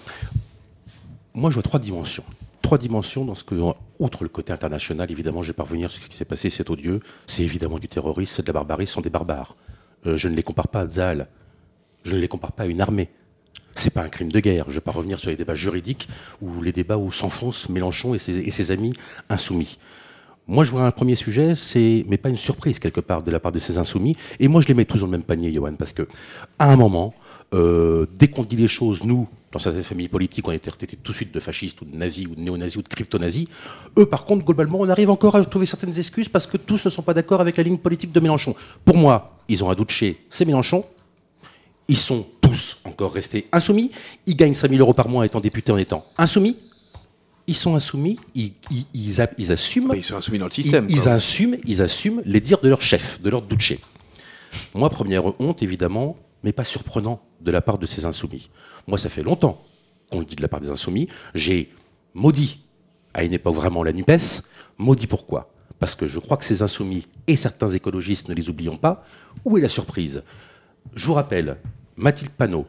Moi, je vois trois dimensions. Trois dimensions dans ce que, outre le côté international, évidemment, je ne vais pas revenir sur ce qui s'est passé, c'est odieux. C'est évidemment du terrorisme, c'est de la barbarie, ce sont des barbares. Euh, je ne les compare pas à Tzahal. Je ne les compare pas à une armée. C'est pas un crime de guerre. Je ne vais pas revenir sur les débats juridiques ou les débats où s'enfoncent Mélenchon et ses, et ses amis insoumis. Moi, je vois un premier sujet, c'est, mais pas une surprise quelque part de la part de ces insoumis. Et moi, je les mets tous dans le même panier, Johan, parce que à un moment, euh, dès qu'on dit les choses, nous, dans certaines familles politiques, on a été traités tout de suite de fascistes ou de nazis ou de néo-nazis ou de crypto-nazis. Eux, par contre, globalement, on arrive encore à trouver certaines excuses parce que tous ne sont pas d'accord avec la ligne politique de Mélenchon. Pour moi, ils ont un doute chez c'est Mélenchon. Ils sont tous encore restés insoumis. Ils gagnent cinq mille euros par mois étant députés en étant insoumis. Ils sont insoumis, ils, ils, ils, a, ils assument... Bah, ils sont insoumis dans le système. Ils, ils, assument, ils assument les dires de leur chef, de leur douché. Moi, première honte, évidemment, mais pas surprenant de la part de ces insoumis. Moi, ça fait longtemps qu'on le dit de la part des insoumis. J'ai maudit, à une époque vraiment la NUPES, maudit pourquoi ? Parce que je crois que ces insoumis et certains écologistes, ne les oublions pas, où est la surprise ? Je vous rappelle, Mathilde Panot,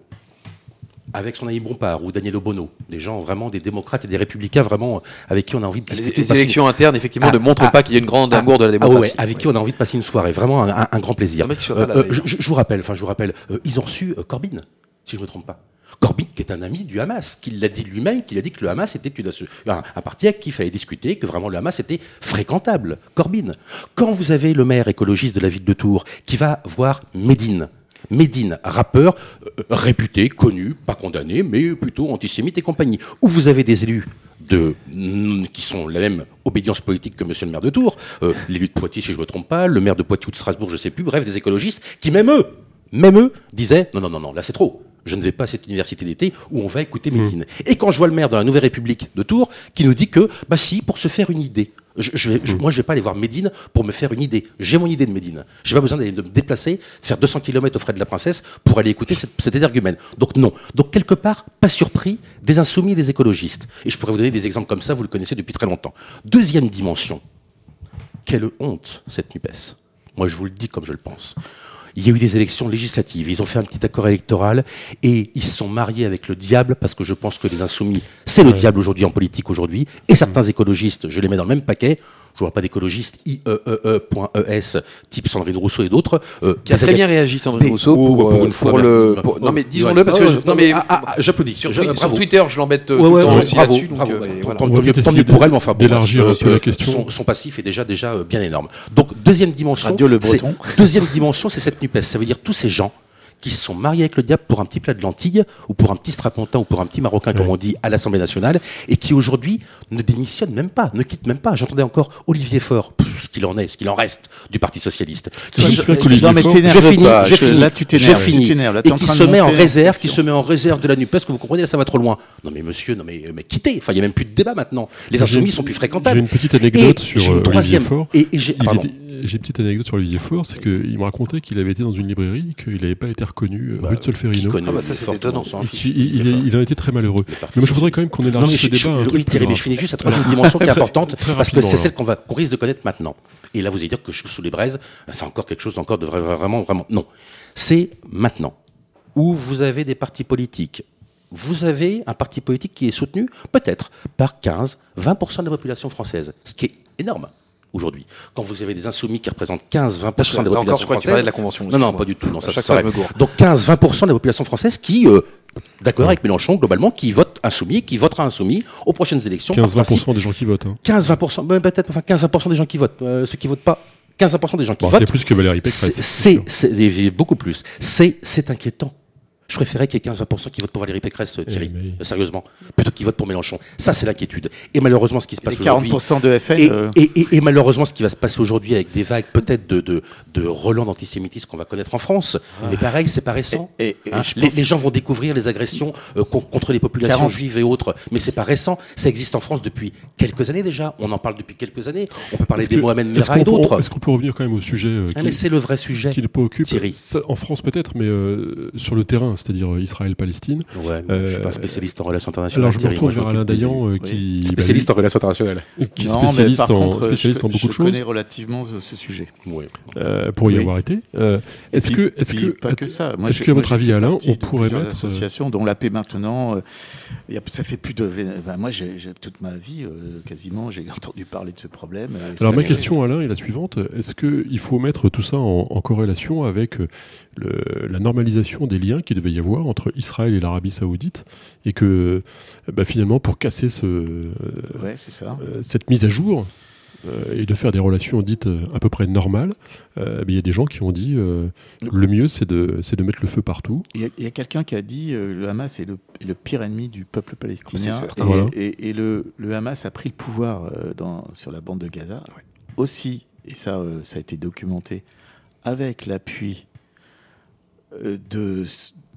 avec son ami Bompard ou Daniel Obono, des gens vraiment, des démocrates et des républicains vraiment avec qui on a envie de discuter. Les, les élections une... internes, effectivement, ah, ne montrent ah, pas qu'il y a une grande ah, amour de la démocratie. Ah ouais, avec oui. qui on a envie de passer une soirée, vraiment un, un, un grand plaisir. Euh, euh, je, je vous rappelle, enfin je vous rappelle, euh, ils ont reçu euh, Corbyn, si je ne me trompe pas. Corbyn, qui est un ami du Hamas, qui l'a dit lui-même, qui a dit que le Hamas était une, un, un parti avec qui il fallait discuter, que vraiment le Hamas était fréquentable. Corbyn. Quand vous avez le maire écologiste de la ville de Tours qui va voir Médine, Médine, rappeur euh, réputé, connu, pas condamné, mais plutôt antisémite et compagnie, où vous avez des élus de, mm, qui sont la même obédience politique que monsieur le maire de Tours, euh, l'élu de Poitiers, si je ne me trompe pas, le maire de Poitiers ou de Strasbourg, je ne sais plus, bref, des écologistes qui, même eux, même eux, disaient non, non, non, non, là c'est trop. Je ne vais pas à cette université d'été où on va écouter Médine. Mmh. Et quand je vois le maire dans la Nouvelle République de Tours qui nous dit que, bah si, pour se faire une idée, je, je vais, je, moi je ne vais pas aller voir Médine pour me faire une idée. J'ai mon idée de Médine. Je n'ai pas besoin d'aller de me déplacer, de faire deux cents kilomètres aux frais de la princesse pour aller écouter cette, cet énergumène. Donc non. Donc quelque part, pas surpris des insoumis et des écologistes. Et je pourrais vous donner des exemples comme ça, vous le connaissez depuis très longtemps. Deuxième dimension. Quelle honte, cette NUPES. Moi je vous le dis comme je le pense. Il y a eu des élections législatives, ils ont fait un petit accord électoral et ils se sont mariés avec le diable parce que je pense que les insoumis C'est le Ouais. diable aujourd'hui en politique aujourd'hui. Et certains écologistes, je les mets dans le même paquet. Je vois pas d'écologistes I E E E point E S type Sandrine Rousseau et d'autres. Euh, Qui a très agac- bien réagi, Sandrine Mais- Rousseau, oh, pour, pour euh, une fois, pour bien. le. Oh, pour- non, mais oh, disons-le, parce ouais, que. je- non, Non, mais. ah, ah, j'applaudis. Sur, Je- Twi- sur bravo. Twitter, je l'embête euh, Ouais, tout ouais, le temps ouais, aussi bravo, là-dessus. donc, bravo. euh, Tant- voilà. tant- On va tant mieux- peut-être tant mieux essayer pour elle, mais enfin, bon, d'élargir euh, un peu la euh, question. Son, son passif est déjà, déjà euh, bien énorme. Donc, deuxième dimension. Radio Le c'est- Breton. Deuxième dimension, c'est cette NUPES. Ça veut dire tous ces gens qui se sont mariés avec le diable pour un petit plat de lentilles, ou pour un petit strapontin, ou pour un petit marocain, comme Ouais. on dit, à l'Assemblée nationale, et qui aujourd'hui ne démissionnent même pas, ne quittent même pas. J'entendais encore Olivier Faure, pff, ce qu'il en est, ce qu'il en reste du Parti Socialiste. Je me Qui- souviens qu'Olivier Non, mais Faure- t'énerve je finis, pas. je Je- finis, là, tu je t'énerves, finis. tu t'énerves. Là, t'es Et en qui train se de met en monter en réserve, qui question. se met en réserve de la NUPES, que vous comprenez, là, ça va trop loin. Non, mais monsieur, non, mais, mais quittez. Enfin, il n'y a même plus de débat maintenant. Les J'ai insoumis une- sont plus J'ai fréquentables. une petite anecdote Et sur j'ai euh, une Olivier troisième. Faure. Et, et j'ai, ah, Il pardon. était- J'ai une petite anecdote sur Olivier Faure, c'est qu'il me racontait qu'il avait été dans une librairie, qu'il n'avait pas été reconnu euh, Bah, rue de Qui Solferino. connaît Ah bah ça, Olivier c'est Faure, étonnant. tout le monde s'en Et fiche. qu'il- il, il- il en était très malheureux. Le Parti Mais moi, je voudrais quand même qu'on Non, mais élargisse je, ce je, débat. à un oui, truc Thierry, plus mais je grand. finis juste la troisième dimension qui est Très- importante, très parce que rapidement, c'est alors. celle qu'on va, qu'on risque de connaître maintenant. Et là, vous allez dire que je suis sous les braises, c'est encore quelque chose encore de vrai- vraiment, vraiment. Non. C'est maintenant, où vous avez des partis politiques. Vous avez un parti politique qui est soutenu, peut-être, par quinze à vingt pour cent de la population française, ce qui est énorme aujourd'hui. Quand vous avez des insoumis qui représentent quinze à vingt pour cent de la Là encore, population je crois que tu parlais française. de la Convention. Non, non, excuse-moi. pas du tout. Non, ça À chaque se fois, je saurait. me gourre. Donc quinze à vingt pour cent de la population française qui, euh, d'accord avec Mélenchon, globalement, qui vote insoumis, qui votera insoumis aux prochaines élections. par quinze à vingt pour principe. cent des gens qui votent. hein. quinze à vingt pour cent, ben, peut-être, enfin quinze à vingt pour cent des gens qui votent. Euh, ceux qui votent pas, quinze à vingt pour cent des gens qui Bon, c'est votent. plus que Valérie C'est, Pécresse. c'est, c'est- c'est- beaucoup plus. C'est, c'est inquiétant. Je préférais qu'il y ait quinze à vingt pour cent qui votent pour Valérie Pécresse, Thierry, Eh, mais- euh, sérieusement, plutôt qu'ils votent pour Mélenchon. Ça, c'est l'inquiétude. Et malheureusement, ce qui se Les passe quarante aujourd'hui. pour cent de F N. Et, euh, et- et- et malheureusement, ce qui va se passer aujourd'hui avec des vagues peut-être de, de, de relents d'antisémitisme qu'on va connaître en France, mais pareil, c'est pas récent. et- et- et Hein, je les, pense les gens vont découvrir les agressions euh, con- contre les populations quarante juives et autres, mais c'est pas récent. Ça existe en France depuis quelques années déjà. On en parle depuis quelques années. On peut parler Est-ce des que- Mohamed est-ce Merah et qu'on peut- d'autres. Est-ce qu'on peut revenir quand même au sujet euh, Ah, qui, mais c'est le vrai sujet. qui le préoccupe Thierry. Ça, en France peut-être, mais euh, sur le terrain, c'est-à-dire euh, Israël-Palestine. Ouais, mais je suis pas spécialiste en relations internationales. Alors je me Thierry. retourne Moi, vers Alain m'occupe des- Dayan, euh, oui. qui, Spécialiste en relations internationales. bah, qui est non, mais spécialiste, par en, contre, spécialiste je, en beaucoup je de choses, connais relativement ce, ce sujet. Oui. euh, pour y Oui. avoir été. Euh, est-ce Puis- que, est-ce puis que, pas que ça. Moi, est-ce j'ai- que, à moi, votre j'ai avis, fait Alain, partie on de pourrait plusieurs mettre, euh, associations, dont la paix maintenant. euh, il y a- ça fait plus de. ben, moi, j'ai, j'ai- toute ma vie, euh, quasiment, j'ai entendu parler de ce problème. euh, Alors ça- ma question, Alain, est la suivante. Est-ce qu'il faut mettre tout ça en, en corrélation avec euh, le- la normalisation des liens qu'il devait y avoir entre Israël et l'Arabie Saoudite, et que euh, bah, finalement, pour casser ce, euh, Ouais, c'est ça. euh, cette mise à jour euh, et de faire des relations dites euh, à peu près normales, euh, mais il y a des gens qui ont dit euh, le mieux c'est de, c'est de mettre le feu partout. Il y a, il y a quelqu'un qui a dit euh, le Hamas est le, est le pire ennemi du peuple palestinien. C'est certain. Et, Voilà. et- et le, le Hamas a pris le pouvoir euh, dans, sur la bande de Gaza. Aussi, et ça, euh, ça a été documenté, avec l'appui euh, de,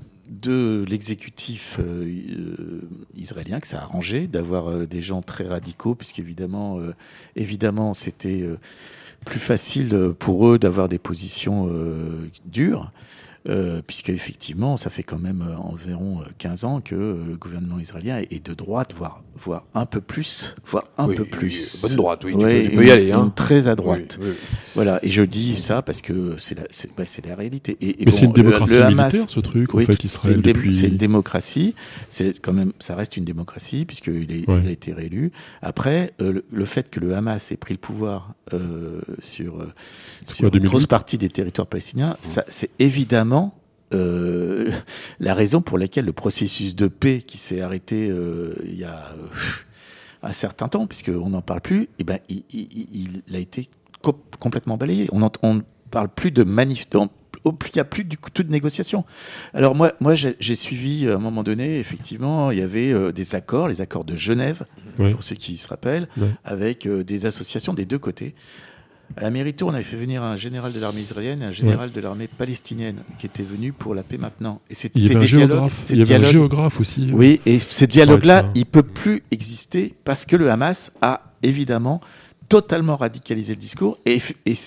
de l'exécutif euh, euh, israélien, que ça a arrangé d'avoir euh, des gens très radicaux, puisqu'évidemment, euh, évidemment, c'était euh, plus facile pour eux d'avoir des positions euh, dures. Euh, puisque effectivement, ça fait quand même euh, environ euh, quinze ans que euh, le gouvernement israélien est, est de droite, voire, voire un peu plus, voire un Oui, peu oui, plus. bonne droite, oui, tu Ouais, peux- tu peux y une- aller, hein. une très à droite. Oui, oui. Voilà, et je dis ça parce que c'est la, c'est, bah, c'est la réalité. Et, et Mais bon, c'est une le- démocratie le Hamas- militaire, ce truc, oui, en fait, tout- c'est Israël une, dé- depuis... c'est une démocratie. C'est quand même, ça reste une démocratie puisqu'il est, Ouais. il a été réélu. Après, euh, le, le fait que le Hamas ait pris le pouvoir euh, sur, euh, C'est sur quoi, une grosse deux mille huit partie des territoires palestiniens, ça, c'est évidemment euh, la raison pour laquelle le processus de paix qui s'est arrêté euh, il y a euh, un certain temps, puisqu'on n'en parle plus, eh ben, il, il- il a été co- complètement balayé. On ne parle plus de manif. on- Il n'y a plus du tout de négociation. Alors moi, moi j'ai j'ai suivi à un moment donné, effectivement, il y avait euh, des accords, les accords de Genève, Ouais. pour ceux qui se rappellent, Ouais. avec euh, des associations des deux côtés. À la Mérito, on avait fait venir un général de l'armée israélienne et un général de l'armée palestinienne qui étaient venus pour la paix maintenant. Et c'était Il y avait un des dialogues. géographe, ces il y avait un dialogues- géographe aussi. euh, Oui, et ce dialogue-là, ça. il peut plus exister parce que le Hamas a évidemment totalement radicalisé le discours et, et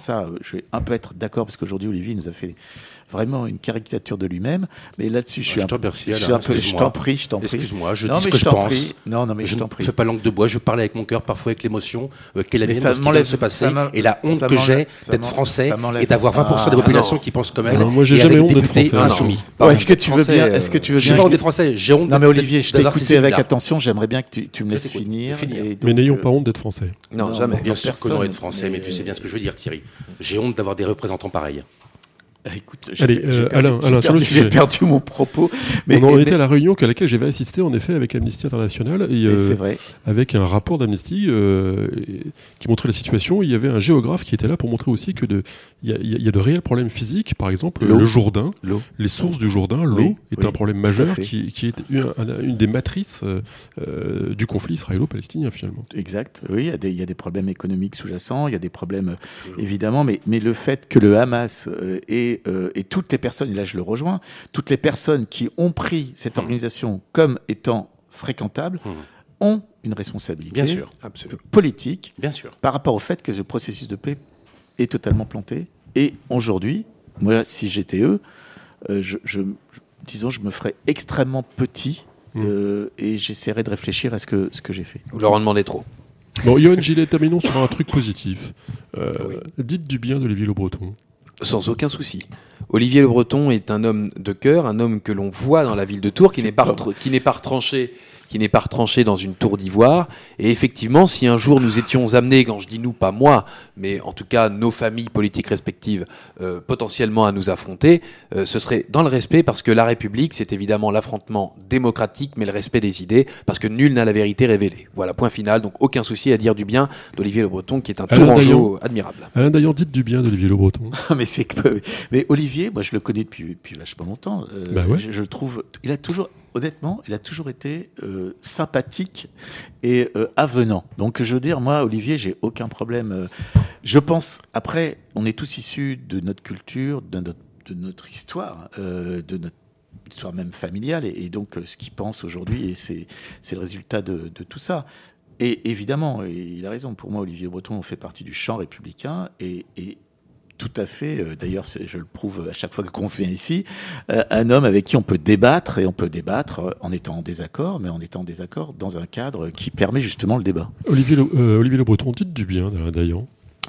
ça, je vais un peu être d'accord parce qu'aujourd'hui Olivier nous a fait vraiment une caricature de lui-même, mais là-dessus je suis je un, te remercie, je suis Alain, un peu, je t'en prie, je t'en prie. Excuse-moi, je non, dis ce mais que je je t'en pense. prie. Non, non, mais je, je t'en ne prie. fais pas langue de bois, je parle avec mon cœur, parfois avec l'émotion, euh, qu'est la Mais mienne ça de ce qui vient de m'enlève- se passer, ça m'en- et la honte ça que m'enlève- j'ai ça d'être m'en- français ça m'enlève- et d'avoir vingt pour cent des Ah, populations non. qui pensent comme elle. Alors, moi, j'ai et jamais avec honte des d'être députés français. insoumis. Oh, est-ce que tu veux Français, bien, euh, est-ce que tu veux Je bien suis pas honte des Français, j'ai honte Non, mais Olivier, je t'ai d'avoir écouté ces avec idées-là. attention. J'aimerais bien que tu, tu me Je laisses t'écoute. finir. Finir. et donc, Mais n'ayons euh, pas honte d'être français. Non, Non, jamais. Bien sûr que personne, non, être français, mais mais- tu sais bien ce que je veux dire, Thierry. J'ai honte d'avoir des représentants pareils. Écoute, j'ai- Allez, j'ai euh, perdu- Alain, j'ai Alain, sur le perdu- sujet. J'ai perdu mon propos. Mais, On en mais- était à la réunion à laquelle j'avais assisté en effet avec Amnesty International et, mais euh, c'est vrai. avec un rapport d'Amnesty euh, qui montrait la situation. Il y avait un géographe qui était là pour montrer aussi que de, il y a, il y a de réels problèmes physiques. Par exemple, L'eau. le Jourdain, L'eau. les sources du Jourdain, l'eau Oui, est oui, un problème tout à majeur fait. qui, qui est une, un- une des matrices euh, euh, du conflit israélo-palestinien finalement. Exact. Oui, il y a des, il y a des problèmes économiques sous-jacents, il y a des problèmes euh, évidemment, mais, mais le fait que le Hamas euh, et, euh, et toutes les personnes, et là je le rejoins, toutes les personnes qui ont pris cette organisation comme étant fréquentable Mmh. ont une responsabilité Bien sûr, Absolument. politique bien sûr. par rapport au fait que le processus de paix est totalement planté. Et aujourd'hui, moi, si j'étais eux, euh, je, je, je- disons, je me ferais extrêmement petit euh, et j'essaierais de réfléchir à ce que, ce que j'ai fait. Vous leur en demandez trop. Bon, Johan Gillet, terminons sur un truc positif. Euh, Oui. Dites du bien d'Olivier Le Breton. Sans aucun souci. Olivier Le Breton est un homme de cœur, un homme que l'on voit dans la ville de Tours, qui C'est n'est pas, pas retr- qui n'est pas retranché, qui n'est pas retranché dans une tour d'ivoire. Et effectivement, si un jour nous étions amenés, quand je dis nous, pas moi, mais en tout cas nos familles politiques respectives, euh, potentiellement à nous affronter, euh, ce serait dans le respect, parce que la République, c'est évidemment l'affrontement démocratique, mais le respect des idées, parce que nul n'a la vérité révélée. Voilà, point final. Donc aucun souci à dire du bien d'Olivier Le Breton, qui est un Alain Tourangeau admirable. Alain Dayan, dites du bien d'Olivier Le Breton. mais c'est que, mais Olivier, moi je le connais depuis, depuis vachement longtemps. Euh, Bah ouais. je, je le trouve, il a toujours, honnêtement, il a toujours été euh, sympathique et euh, avenant. Donc je veux dire, moi, Olivier, j'ai aucun problème. euh, je pense, après, on est tous issus de notre culture, de notre, de notre histoire, euh, de notre histoire même familiale, et, et donc euh, ce qu'il pense aujourd'hui, et c'est, c'est le résultat de, de tout ça. Et évidemment, et il a raison, pour moi, Olivier Breton fait partie du champ républicain, et, et tout à fait, euh, d'ailleurs c'est- je le prouve à chaque fois qu'on vient ici, euh, un homme avec qui on peut débattre, et on peut débattre euh, en étant en désaccord, mais en étant en désaccord dans un cadre qui permet justement le débat. Olivier Le, euh, Olivier Le Breton, dites du bien d'Alain Dayan.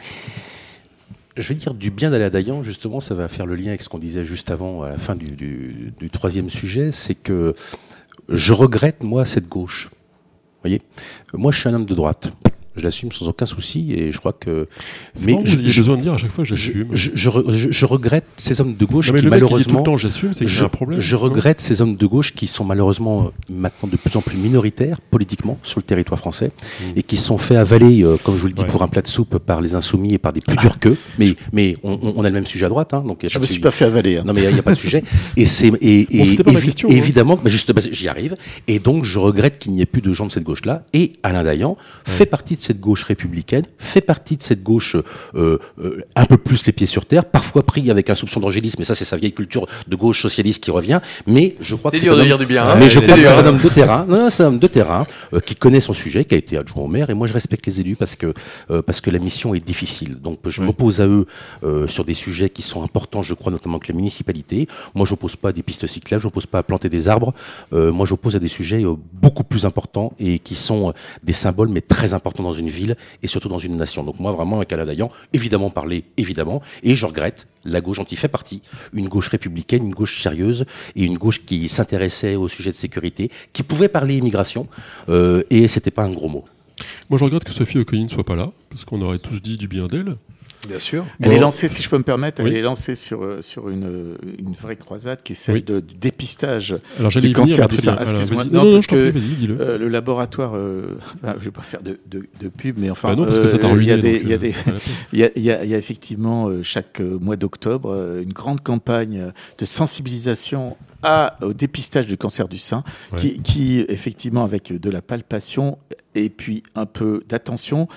Je vais dire du bien d'aller à Dayan, justement, ça va faire le lien avec ce qu'on disait juste avant, à la fin du, du- du troisième sujet, c'est que je regrette, moi, cette gauche. Vous voyez, moi, je suis un homme de droite. Je l'assume sans aucun souci, et je crois que... C'est marrant, je, vous avez je- besoin de dire à chaque fois je, j'assume. je, je re- je- je regrette ces hommes de gauche Non, mais qui, le mec qui dit tout malheureusement... le temps j'assume, c'est que j'ai Je, un problème. je non regrette ces hommes de gauche qui sont malheureusement euh, maintenant de plus en plus minoritaires politiquement sur le territoire français et qui sont fait avaler, euh, comme je vous le dis, Ouais. pour un plat de soupe par les insoumis et par des plus durs qu'eux. Mais, mais on, on- on a le même sujet à droite, hein, donc il y a Je pas me de- suis pas fait avaler. hein. non mais il n'y a, pas de sujet. Et c'est et, et- Bon, c'était pas ma évi- question, hein. évidemment, mais juste bah, j'y arrive. Et donc je regrette qu'il n'y ait plus de gens de cette gauche-là. Et Alain Dayan fait partie de cette gauche républicaine, fait partie de cette gauche euh, euh, un peu plus les pieds sur terre, parfois pris avec un soupçon d'angélisme. Mais ça c'est sa vieille culture de gauche socialiste qui revient. Mais je crois C'est que dur un de homme- dire du bien, hein. Mais je C'est crois que dur, c'est un hein. homme de terrain. Non, non, c'est un homme de terrain euh, qui connaît son sujet, qui a été adjoint au maire. Et moi je respecte les élus parce que euh, parce que la mission est difficile. Donc je Oui. m'oppose à eux euh, sur des sujets qui sont importants, je crois, notamment avec les municipalités. Moi, je n'oppose pas à des pistes cyclables, je n'oppose pas à planter des arbres. Euh, moi, j'oppose à des sujets euh, beaucoup plus importants et qui sont euh, des symboles, mais très importants dans une ville et surtout dans une nation. Donc moi, vraiment, avec Alain Dayan, évidemment parler, évidemment. Et je regrette la gauche dont il fait partie, une gauche républicaine, une gauche sérieuse et une gauche qui s'intéressait au sujet de sécurité, qui pouvait parler immigration euh, et c'était pas un gros mot. Moi, je regrette que Sophie Oconi ne soit pas là, parce qu'on aurait tous dit du bien d'elle. Bien sûr. Elle Bon. est lancée, si je peux me permettre, elle Oui. est lancée sur, euh, sur une, euh, une vraie croisade qui est celle Oui. de, du dépistage Alors, j'allais du y venir, cancer mais du très sein. bien. Alors, Excuse-moi. vas-y. Non, non, parce je t'en que prie, vas-y, dis-le. euh, le laboratoire, euh, ah, je vais pas faire de, de, de pub, mais enfin, Bah non, parce que ça t'a euh, il y ruiné. a des, donc, il y a euh, des, c'est pas la peine. il y a, il y a- il y a effectivement euh, chaque euh, mois d'octobre euh, une grande campagne euh, de sensibilisation à, au dépistage du cancer du sein, Ouais. qui, qui effectivement avec de la palpation et puis un peu d'attention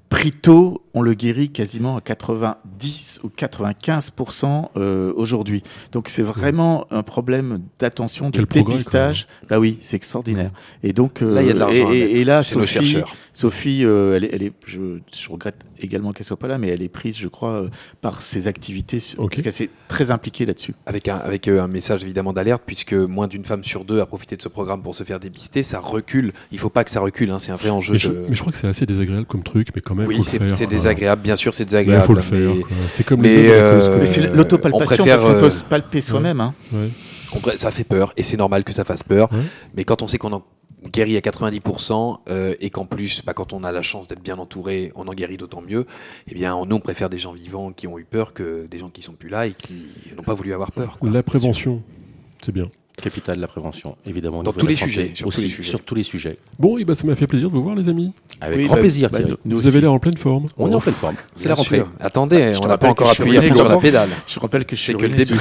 pris tôt, on le guérit quasiment à quatre-vingt-dix ou quatre-vingt-quinze pour cent euh, aujourd'hui. Donc c'est vraiment un problème d'attention, de Quel progrès, dépistage. Bah oui, c'est extraordinaire. Et donc euh, Là, il y a de l'argent à et, mettre et, et là, chez nos Sophie, chercheurs. Sophie, euh, elle est, elle est je, je regrette également qu'elle soit pas là, mais elle est prise, je crois, euh, par ses activités, Ok. parce qu'elle s'est très impliquée là-dessus. Avec un, avec euh, un message évidemment d'alerte, puisque moins d'une femme sur deux a profité de ce programme pour se faire dépister, ça recule. Il faut pas que ça recule, hein, c'est un vrai enjeu. Mais je, de... mais je crois que c'est assez désagréable comme truc, mais quand même, oui, faut c'est le faire. c'est quoi. désagréable, bien sûr, c'est Il désagréable. faut le faire. mais- quoi. C'est comme mais, les hommes à la euh, cause, quoi. Mais c'est Euh, l'autopalpation, on préfère, parce qu'on euh, peut se palper soi-même. Hein. Ouais. on pré- ça fait peur, et c'est normal que ça fasse peur. Ouais. Mais quand on sait qu'on en guérit à quatre-vingt-dix pour cent euh, et qu'en plus, bah, quand on a la chance d'être bien entouré, on en guérit d'autant mieux, eh bien, nous, on préfère des gens vivants qui ont eu peur que des gens qui sont plus là et qui n'ont pas voulu avoir peur. quoi. La prévention, c'est bien. Capitale de la prévention, évidemment. au Dans niveau tous de la les santé, sujets, sur tous aussi, les sujets. sur tous les sujets. Bon, et ben ça m'a fait plaisir de vous voir, les amis. Avec Oui, grand bah, plaisir, bah, Thierry. nous Vous aussi. avez l'air en pleine forme. On est en pleine forme. C'est la Bien rentrée. sûr. Attendez, Je te on n'a pas rappelle encore que je suis appuyé à ruiné, fond sur la comment pédale. Je rappelle que je suis C'est que le ruiné début.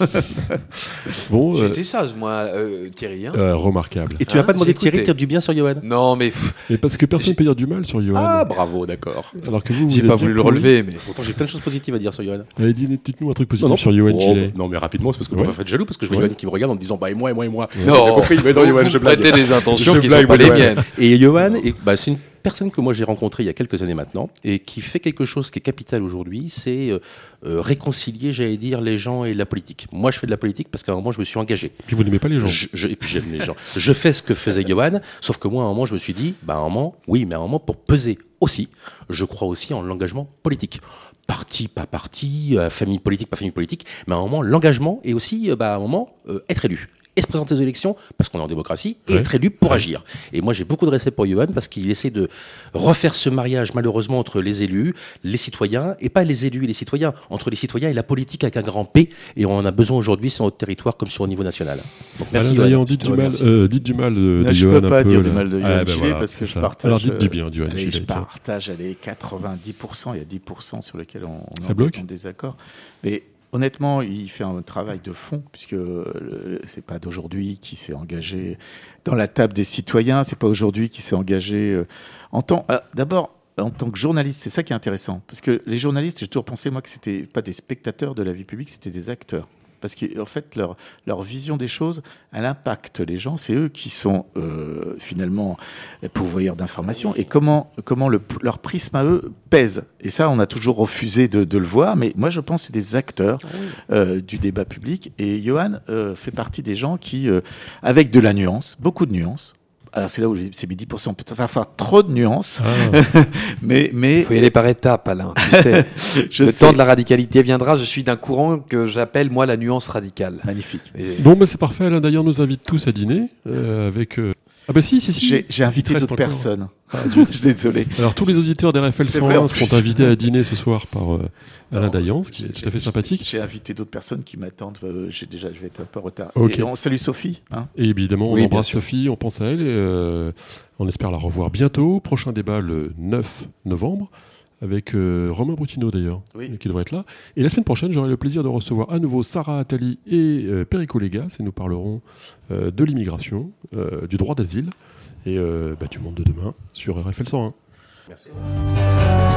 Bon, euh, J'étais sage, moi, euh, Thierry. Hein. euh, remarquable. Et tu n'as Hein, pas demandé j'ai de Thierry de écouté. dire du bien sur Johan? Non, mais pff, Et parce que personne ne peut dire du mal sur Johan. Ah, bravo, d'accord. Alors que vous, vous j'ai êtes pas bien voulu le pourri. relever. Mais... Pourtant, j'ai plein de choses positives à dire sur Johan. Allez, dis- dites-nous un truc positif Non, non. sur Johan Oh, Gillet. non, mais rapidement, c'est parce que Ouais. vous faites jaloux, parce que je vois Ouais. Johan qui me regarde en me disant bah et moi, et moi, et moi. Non, J'ai compris, mais non, Johan, vous je blague. prêtez des intentions Je qui ne blague, sont pas moi, les Johan. miennes. Et Johan, est- bah, c'est une personne que moi j'ai rencontrée il y a quelques années maintenant et qui fait quelque chose qui est capital aujourd'hui, c'est euh, euh, réconcilier, j'allais dire, les gens et la politique. Moi, je fais de la politique parce qu'à un moment, je me suis engagé. Puis vous n'aimez pas les gens. Je, je- et puis j'aime les gens. Je fais ce que faisait Johan, sauf que moi, à un moment, je me suis dit, bah, à un moment, oui, mais à un moment, pour peser aussi, je crois aussi en l'engagement politique. Parti, pas parti, euh, famille politique, pas famille politique, mais à un moment, l'engagement et aussi, euh, bah, à un moment, euh, être élu. Et se présenter aux élections, parce qu'on est en démocratie, et Ouais. être élu pour agir. Et moi, j'ai beaucoup de respect pour Johan, parce qu'il essaie de refaire ce mariage, malheureusement, entre les élus, les citoyens, et pas les élus et les citoyens, entre les citoyens et la politique avec un grand P, et on en a besoin aujourd'hui sur notre territoire comme sur au niveau national. Donc, merci, Alain Johan. Dayan, Je dites te du mal, remercie. euh, dites du mal de, de Non, je Johan peux un pas peu, dire là. du mal de Johan Ah, bah Gillet voilà, parce que c'est je ça. partage. Alors dites du euh, bien, Johan allez, Gillet. je tiens. partage, allez, quatre-vingt-dix pour cent, il y a dix pour cent sur lesquels on, on Ça est bloque en désaccord. Mais honnêtement, il fait un travail de fond, puisque euh, c'est pas d'aujourd'hui qui s'est engagé dans la table des citoyens, c'est pas aujourd'hui qui s'est engagé euh, en tant. ah, D'abord, en tant que journaliste, c'est ça qui est intéressant. Parce que les journalistes, j'ai toujours pensé, moi, que c'était pas des spectateurs de la vie publique, c'était des acteurs. Parce qu'en fait, leur, leur vision des choses, elle impacte les gens. C'est eux qui sont euh, finalement pourvoyeurs d'informations. Et comment, comment le, leur prisme à eux pèse. Et ça, on a toujours refusé de, de le voir. Mais moi, je pense que c'est des acteurs euh, du débat public. Et Johan euh, fait partie des gens qui, euh, avec de la nuance, beaucoup de nuances, alors c'est là où j'ai- c'est mes dix pour cent, peut-être faire trop de nuances, Ah, mais, mais Il faut y aller par étapes, Alain. Tu sais, je le sais. temps de la radicalité viendra. Je suis d'un courant que j'appelle, moi, la nuance radicale. Magnifique. Et- bon, bah, c'est parfait. Alain Dayan nous invite tous à dîner euh, avec. euh, Ah bah si, si, si. J'ai j'ai invité Il te reste d'autres encore. personnes. Ah, Je suis désolé. Alors tous les auditeurs d'R F L C'est vrai, en cent un sont plus. invités à dîner ce soir par euh, Alain Alors, Dayan, ce qui est j'ai- tout à fait sympathique. J'ai invité d'autres personnes qui m'attendent. Euh, j'ai déjà, je vais être un peu en retard. Ok. Et on salue Sophie. Hein. Et évidemment, on Oui, bien embrasse sûr. Sophie, on pense à elle et euh, on espère la revoir bientôt. Prochain débat le neuf novembre avec euh, Romain Broutineau d'ailleurs, Oui. qui devrait être là. Et la semaine prochaine, j'aurai le plaisir de recevoir à nouveau Sarah Attali et euh, Perico Légas et nous parlerons euh, de l'immigration, euh, du droit d'asile et euh, bah, du monde de demain sur R F L cent un. Merci.